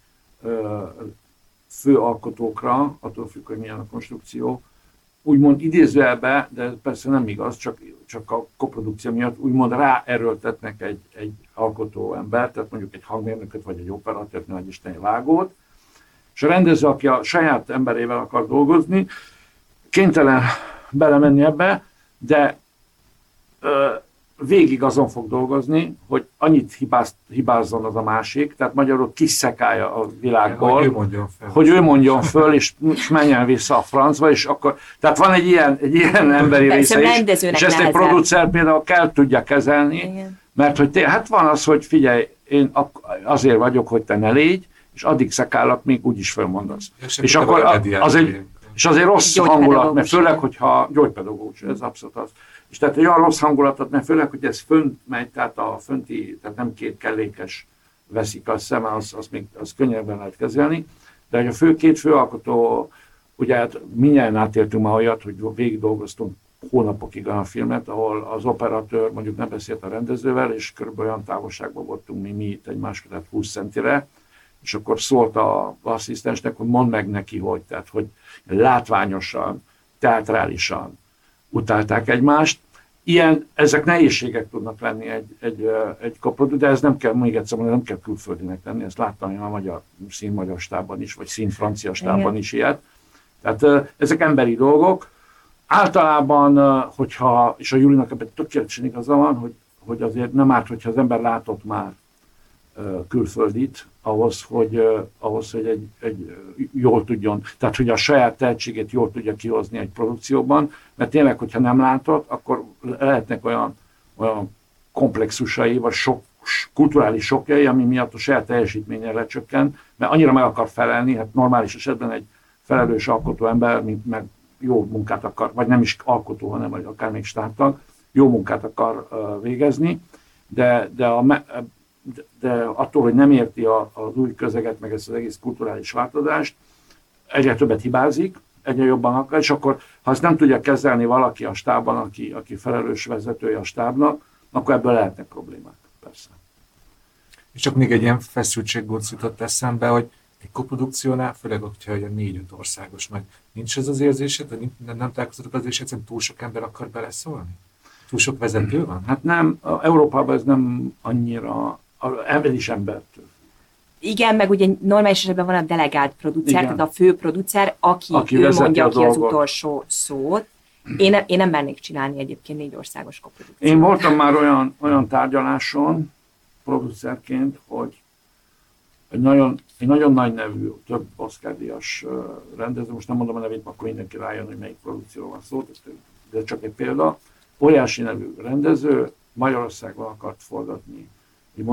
főalkotókra, attól függ, hogy milyen a konstrukció, úgymond idézőjelbe, de persze nem igaz, csak a koprodukció miatt úgymond ráerőltetnek egy alkotó embert, tehát mondjuk egy hangmérnököt, vagy egy operatőrt, vagy egy vágót, és a rendező, aki a saját emberével akar dolgozni, kénytelen belemenni ebbe, de végig azon fog dolgozni, hogy annyit hibázzon az a másik, tehát magyarul kiszekálja a világból, hogy ő mondjon föl, és menjen vissza a francba, és akkor, tehát van egy ilyen emberi része is, és ezt egy producer például kell tudja kezelni, igen. Mert hogy hát van az, hogy figyelj, én azért vagyok, hogy te ne légy, és addig szekállak, még úgyis fölmondasz. És akkor és azért rossz hangulat, mert főleg, hogyha gyógypedagógus, ez abszolút az. És tehát olyan rossz hangulatot, mert főleg, hogy ez fönt megy, tehát tehát nem két kellékes veszik a szem, az könnyebben lehet kezelni. De hogy a két főalkotó, ugye hát mindjárt átéltünk már olyat, hogy végig dolgoztunk hónapokig a filmet, ahol az operatőr mondjuk nem beszélt a rendezővel, és körülbelül olyan távolságban voltunk mi itt egymás között 20 centire, és akkor szólt az asszisztensnek, hogy mondd meg neki, tehát hogy látványosan, teátrálisan utálták egymást. Ezek nehézségek tudnak lenni egy koprodukcióban, de ez nem kell, még egyszer mondani, nem kell külföldinek lenni, ezt láttam én a magyar stábban is, vagy francia stábban is ilyet. Tehát ezek emberi dolgok. Általában, és a Julinak ebben tökéletesen igaza van, hogy azért nem árt, hogyha az ember látott már külföldit, ahhoz, hogy egy jól tudjon, tehát hogy a saját tehetségét jól tudja kihozni egy produkcióban, mert tényleg, hogyha nem látod, akkor lehetnek olyan komplexusai, vagy kulturális sokjai, ami miatt a saját teljesítménye lecsökken, mert annyira meg akar felelni, hát normális esetben egy felelős alkotó ember, meg jó munkát akar, vagy nem is alkotó, hanem akár még stábtag, jó munkát akar végezni, de attól, hogy nem érti az új közeget, meg ezt az egész kulturális változást, egyre többet hibázik, egyre jobban akar, és akkor, ha ezt nem tudja kezelni valaki a stábban, aki felelős vezetője a stábnak, akkor ebből lehetnek problémák, persze. És csak még egy ilyen feszültséggót jutott eszembe, hogy egy koprodukciónál, főleg, hogyha ilyen 4-5 országos nagy, nincs ez az érzésed, hogy nem találkozatok az, és egyszerűen túl sok ember akar beleszólni? Túl sok vezető van? Hát nem, Európában ez nem annyira, ebben is embertől. Igen, meg ugye normális esetben van a delegált producer, tehát a fő producer, aki ő mondja ki az utolsó szót. Én nem mernék csinálni egyébként 4 országos koprodukciót. Én voltam már olyan tárgyaláson producerként, hogy egy nagyon nagy nevű, több Oscar-díjas rendező, most nem mondom a nevét, akkor mindenki rájön, hogy melyik produkcióról van szó, de csak egy példa, óriási nevű rendező Magyarországon akart forgatni egy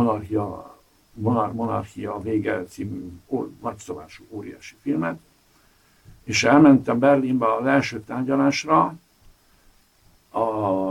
Monarchia vége című nagyszabású óriási filmet, és elmentem Berlinbe az első tárgyalásra, a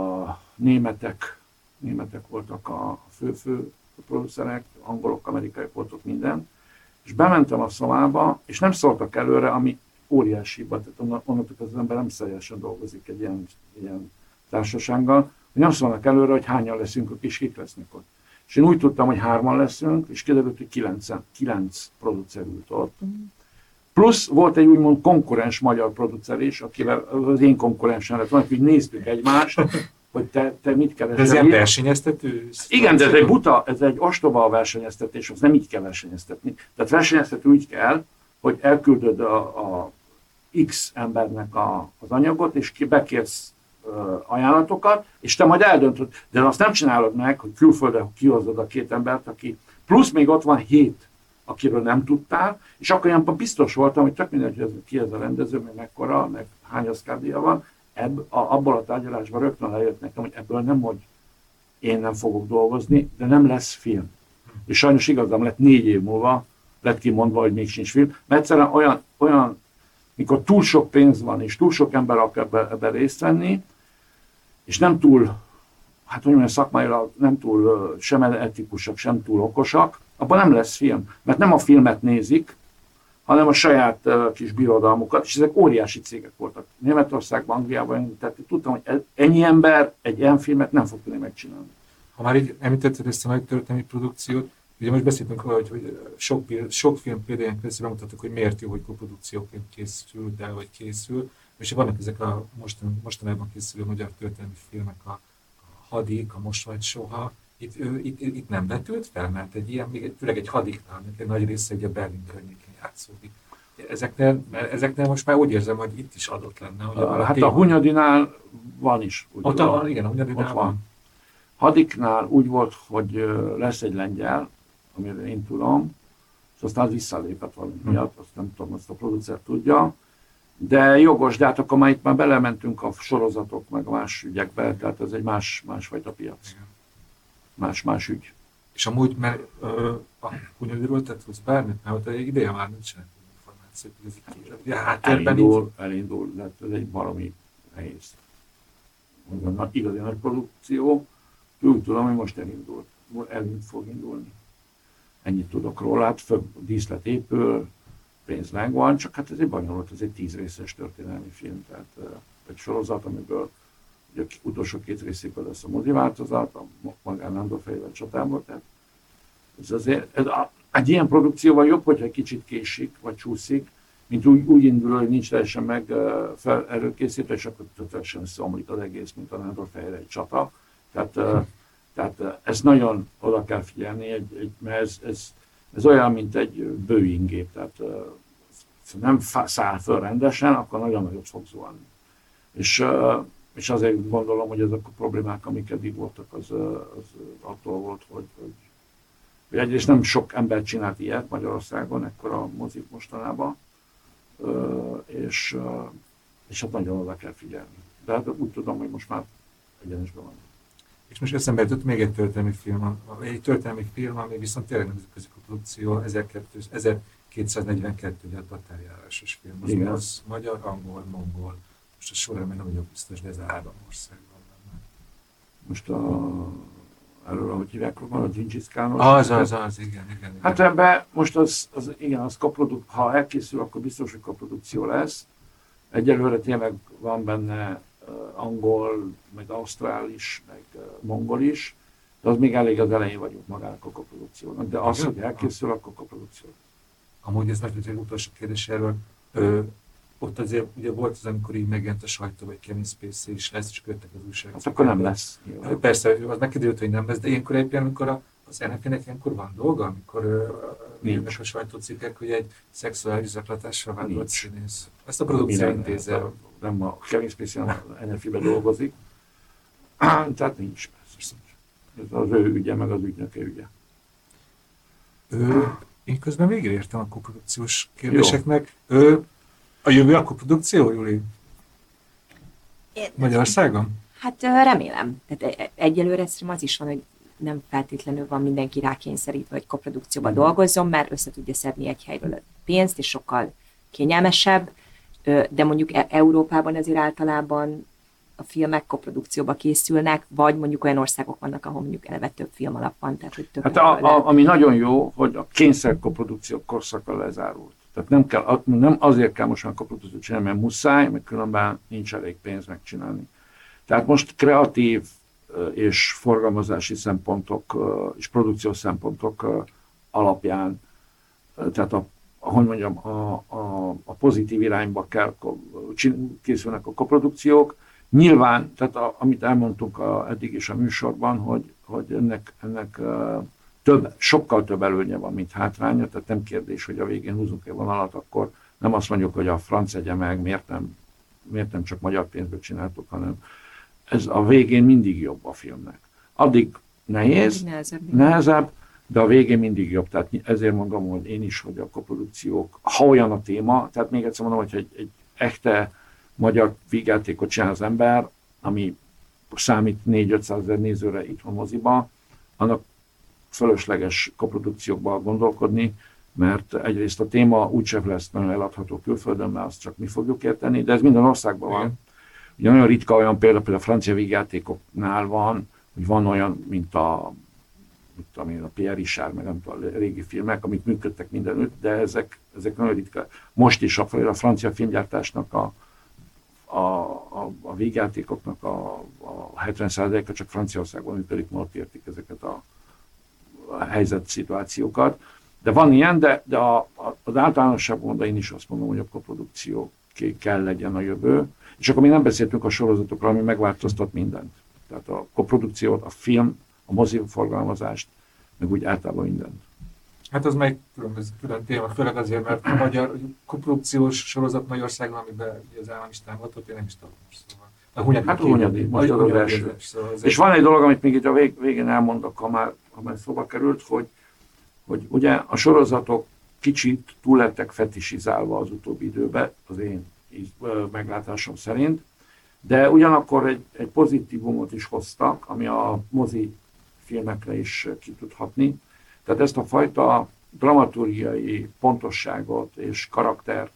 németek voltak a fő producerek, angolok, amerikaiak voltak minden, és bementem a szobába, és nem szóltak előre, ami óriási, tehát onnantól az ember nem szerjesen dolgozik egy ilyen társasággal, hogy nem szólnak előre, hogy hányan leszünk, és kik lesznek ott. És én úgy tudtam, hogy 3-an leszünk, és kiderült, hogy 9 producer ült ott. Plusz volt egy úgymond konkurens magyar producer is, akivel az én konkurensem lett volna, hogy néztük egymást, hogy te mit keresel. De ez ilyen versenyeztető? Igen, de ez egy ostoba a versenyeztetés, az nem így kell versenyeztetni. Tehát versenyeztető úgy kell, hogy elküldöd a X embernek az anyagot, és bekérsz ajánlatokat, és te majd eldöntöd. De azt nem csinálod meg, hogy külföldre kihozod a 2 embert, aki plusz még ott van 7, akiről nem tudtál, és akkor ilyenben biztos voltam, hogy tök mindegy, hogy ki ez a rendező, meg mekkora, meg hány Oscar-díja van, abból a tárgyalásban rögtön lejött nekem, hogy ebből nem, hogy én nem fogok dolgozni, de nem lesz film. És sajnos igazam lett 4 év múlva, lett kimondva, hogy még sincs film, mert egyszerűen olyan mikor túl sok pénz van, és túl sok ember akar ebben részt venni, és nem túl, hát hogy mondjam, szakmailag nem túl sem etikusak, sem túl okosak, abban nem lesz film. Mert nem a filmet nézik, hanem a saját kis birodalmukat, és ezek óriási cégek voltak. Németországban, Angliában, tehát tudtam, hogy ennyi ember egy ilyen filmet nem fog tudni megcsinálni. Ha már így említetted ezt a nagy történelmi produkciót, ugye most beszéltünk róla, hogy sok film példáján keresztül bemutattuk, hogy miért jó, hogy koprodukcióként készül, de hogy készül, és vannak ezek a mostanában készülő magyar történelmi filmek, a Hadik, a Most vagy soha, itt nem vetült fel, mert egy ilyen, főleg egy Hadiknál, egy nagy része ugye Berlin környékén játszódik. Ezeknél most már úgy érzem, hogy itt is adott lenne. Hogy hát a Hunyadinál van is. Igen, a Hunyadinál van. Hadiknál úgy volt, hogy lesz egy lengyel, amire én tudom, és aztán visszalépett valami miatt, azt nem tudom, azt a producer tudja, de jogos, de hát akkor már itt már belementünk a sorozatok, meg a más ügyekbe, tehát ez egy másfajta piac. Más ügy. És amúgy, mert a Hunyadiról tett tudsz bármit, mert ott egy ideje már nincsenek információk, hogy ez elindul, de ez egy valami nehéz. Igazi nagy produkció, úgy tudom, hogy most fog indulni. Ennyit tudok róla, hát díszlet épül, pénz megvan, csak hát ez egy bonyolult, ez egy 10 részes történelmi film, tehát egy sorozat, amiből ugye utolsó 2 részéből lesz a mozi változat, a Magán Nándor fejével csatából, tehát ez azért, egy ilyen produkcióval jobb, hogyha egy kicsit késik, vagy csúszik, mint úgy indul, hogy nincs teljesen meg előkészítve, és akkor teljesen összeomlik az egész, mint a Nándor fejére egy csata. Tehát ezt nagyon oda kell figyelni, mert ez olyan, mint egy Boeing gép, tehát nem száll föl rendesen, akkor nagyon nagyot fog zuhanni. És azért gondolom, hogy ezek a problémák, amik eddig voltak, az attól volt, hogy egyrészt nem sok ember csinált ilyet Magyarországon, ekkor a mozik mostanában, és hát nagyon oda kell figyelni. De hát úgy tudom, hogy most már egyenesben van. És most eszembe jutott még egy történelmi film, ami viszont tényleg nemzetközi produkció, 1242, ugye a tatárjárásos film. Az magyar, angol, mongol. Most a során még nem vagyok biztos, de ez 3 országban lenne. Most erről, ahogy hívják, a Gengis Khános. Az, igen. Hát ebben most az koprodukció, ha elkészül, akkor biztos, hogy koprodukció lesz. Egyelőre tényleg van benne angol, meg ausztrál is, meg mongol is, de az még elég az elején vagyunk magának a koprodukciónak. De az, hogy elkészül, akkor koprodukció. Amúgy ez megint egy utolsó kérdés erről. Ott azért ugye volt az, amikor így megjelent a sajtó, vagy Kevin Spacey is lesz, és köttek az újság. Hát akkor nem lesz. Persze, az megkérdőjött, hogy nem lesz, de ilyenkor egyébként, amikor az NFK-nek ilyenkor van dolga, amikor jönnek a sajtócikkek, hogy egy szexuális zaklatásra vádolt színész. Ezt a produkció intézze. Nem a Kevin Spacey a NFI-be dolgozik. Tehát nincs. Ez az ő ügye, meg az ügynöke ügye. Én közben végre értem a koprodukciós kérdéseknek. A jövő a koprodukció, Júli? Magyarországon? Hát remélem. Tehát egyelőre szerintem az is van, hogy nem feltétlenül van mindenki rákényszerítve, hogy koprodukcióban dolgozzon, mert össze tudja szedni egy helyről a pénzt, és sokkal kényelmesebb, de mondjuk Európában azért általában a filmek koprodukcióba készülnek, vagy mondjuk olyan országok vannak, ahol mondjuk eleve több film alap van. Tehát, hogy több ami nagyon jó, hogy a kényszer koprodukció korszaka lezárult. Tehát nem azért kell most már koprodukciót csinálni, mert muszáj, mert különben nincs elég pénz megcsinálni. Tehát most kreatív és forgalmazási szempontok és produkciós szempontok alapján, tehát a pozitív irányba készülnek a koprodukciók. Nyilván, tehát amit elmondtunk eddig is a műsorban, hogy ennek sokkal több előnye van, mint hátránya, tehát nem kérdés, hogy a végén húzunk-e vonalat, akkor nem azt mondjuk, hogy a franc egye meg, miért nem csak magyar pénzből csináltuk, hanem ez a végén mindig jobb a filmnek. Addig nehéz, nehezebb, de a végén mindig jobb. Tehát ezért mondom, hogy én is, hogy a koprodukciók, ha olyan a téma, tehát még egyszer mondom, hogy egy echte magyar vígjátékot csinál az ember, ami számít 400-500 ezer nézőre itt van moziba, annak fölösleges koprodukciókban gondolkodni, mert egyrészt a téma úgyse lesz nagyon eladható külföldön, mert azt csak mi fogjuk érteni, de ez minden országban van. Ugye nagyon ritka olyan például a francia vígjátékoknál van, hogy van olyan, mint a Pierre Richard, meg nem tudom, a régi filmek, amik működtek mindenütt, de ezek nagyon ritka. Most is a francia filmgyártásnak a vígjátékoknak a 70%-a csak Franciaországban működik, mert ott értik ezeket a helyzetszituációkat. De van ilyen, de az általánosságban én is azt mondom, hogy a koprodukció kell legyen a jövő. És akkor még nem beszéltünk a sorozatokról, ami megváltoztat mindent. Tehát a koprodukciót, a film, a moziforgalmazást, meg úgy általában mindent. Hát az meg külön téma, főleg azért, mert a magyar koprodukciós sorozat Magyarországon, amiben az állam is támogatott, én nem is tudom. Szóval. A Hunyadi, most az első. Szóval és van egy dolog, amit még itt a végén elmondok, ha már szóba került, hogy ugye a sorozatok kicsit túl lettek fetisizálva az utóbbi időben, az én meglátásom szerint, de ugyanakkor egy pozitívumot is hoztak, ami a mozi filmekre is ki tud hatni. Tehát ezt a fajta dramaturgiai pontosságot és karakter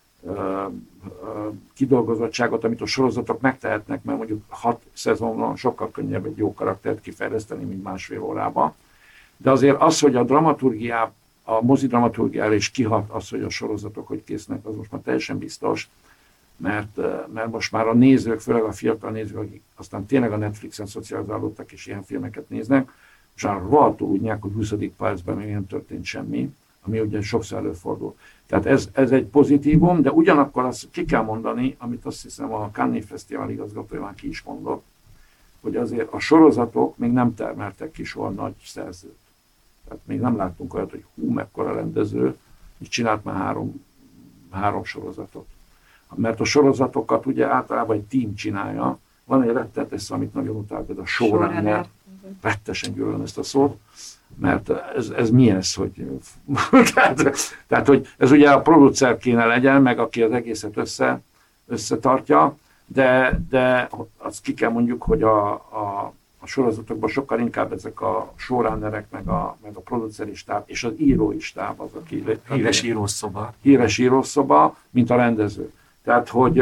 kidolgozottságot, amit a sorozatok megtehetnek, mert mondjuk 6 szezonban sokkal könnyebb egy jó karaktert kifejleszteni, mint másfél órában. De azért az, hogy a mozi dramaturgiára is kihat az, hogy a sorozatok hogy késznek, az most már teljesen biztos, mert most már a nézők, főleg a fiatal nézők, akik aztán tényleg a Netflixen szocializálódtak és ilyen filmeket néznek, és már rohadtul úgy hogy 20. percben még nem történt semmi, ami ugye sokszor előfordul. Tehát ez egy pozitívum, de ugyanakkor azt ki kell mondani, amit azt hiszem a Cannes Fesztivál igazgatója már ki is mondott, hogy azért a sorozatok még nem termeltek ki soha nagy szerzőt. Tehát még nem láttunk olyat, hogy mekkora rendező, és csinált már három sorozatot. Mert a sorozatokat ugye általában egy tím csinálja. Van egy rettenetes, amit nagyon utálok, ez a showrunner. Rettesen gyűlölöm ezt a szót, mert ez mi ez, hogy... tehát, hogy ez ugye a producer kéne legyen, meg aki az egészet összetartja, de azt ki kell mondjuk, hogy a sorozatokban sokkal inkább ezek a showrunnerek, meg a produceri stáb, és az írói stáb az, aki... Híres írószoba, mint a rendező. Tehát, hogy...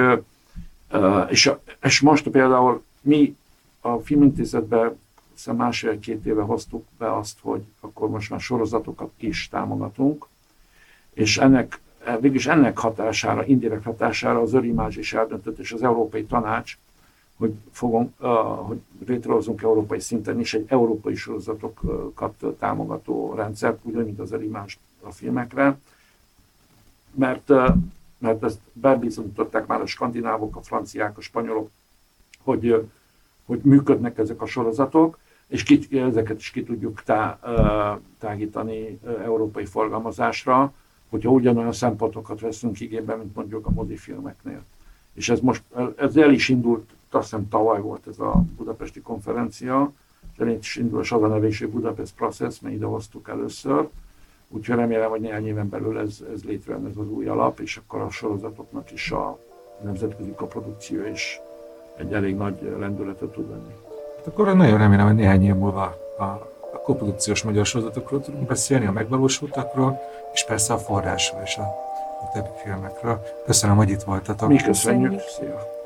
És most például mi a Filmintézetben hiszen 1,5-2 éve hoztuk be azt, hogy akkor most már sorozatokat is támogatunk, és ennek végülis ennek hatására, indirekt hatására az Eurimage is eldöntött, és az Európai Tanács, hogy hogy létrehozunk európai szinten is egy európai sorozatokat támogató rendszert, ugyanúgy, mint az Eurimage a filmekre, mert ezt bebizonyították már a skandinávok, a franciák, a spanyolok, hogy működnek ezek a sorozatok, és ezeket is ki tudjuk tágítani európai forgalmazásra, hogyha ugyanolyan szempontokat veszünk igénybe, mint mondjuk a mozifilmeknél. És ez el is indult, azt hiszem tavaly volt ez a budapesti konferencia, és el is indul, és az a nevésű Budapest Process, mert ide hoztuk először, úgyhogy remélem, hogy néhány éven belül ez létrejön, ez az új alap, és akkor a sorozatoknak is a nemzetközi koprodukció is egy elég nagy lendületet tud venni. Akkor nagyon remélem, hogy néhány év múlva a koprodukciós magyar sorozatokról tudunk beszélni, a megvalósultakról, és persze a forrásról és a többi filmekről. Köszönöm, hogy itt voltatok. Mi köszönjük. Szia.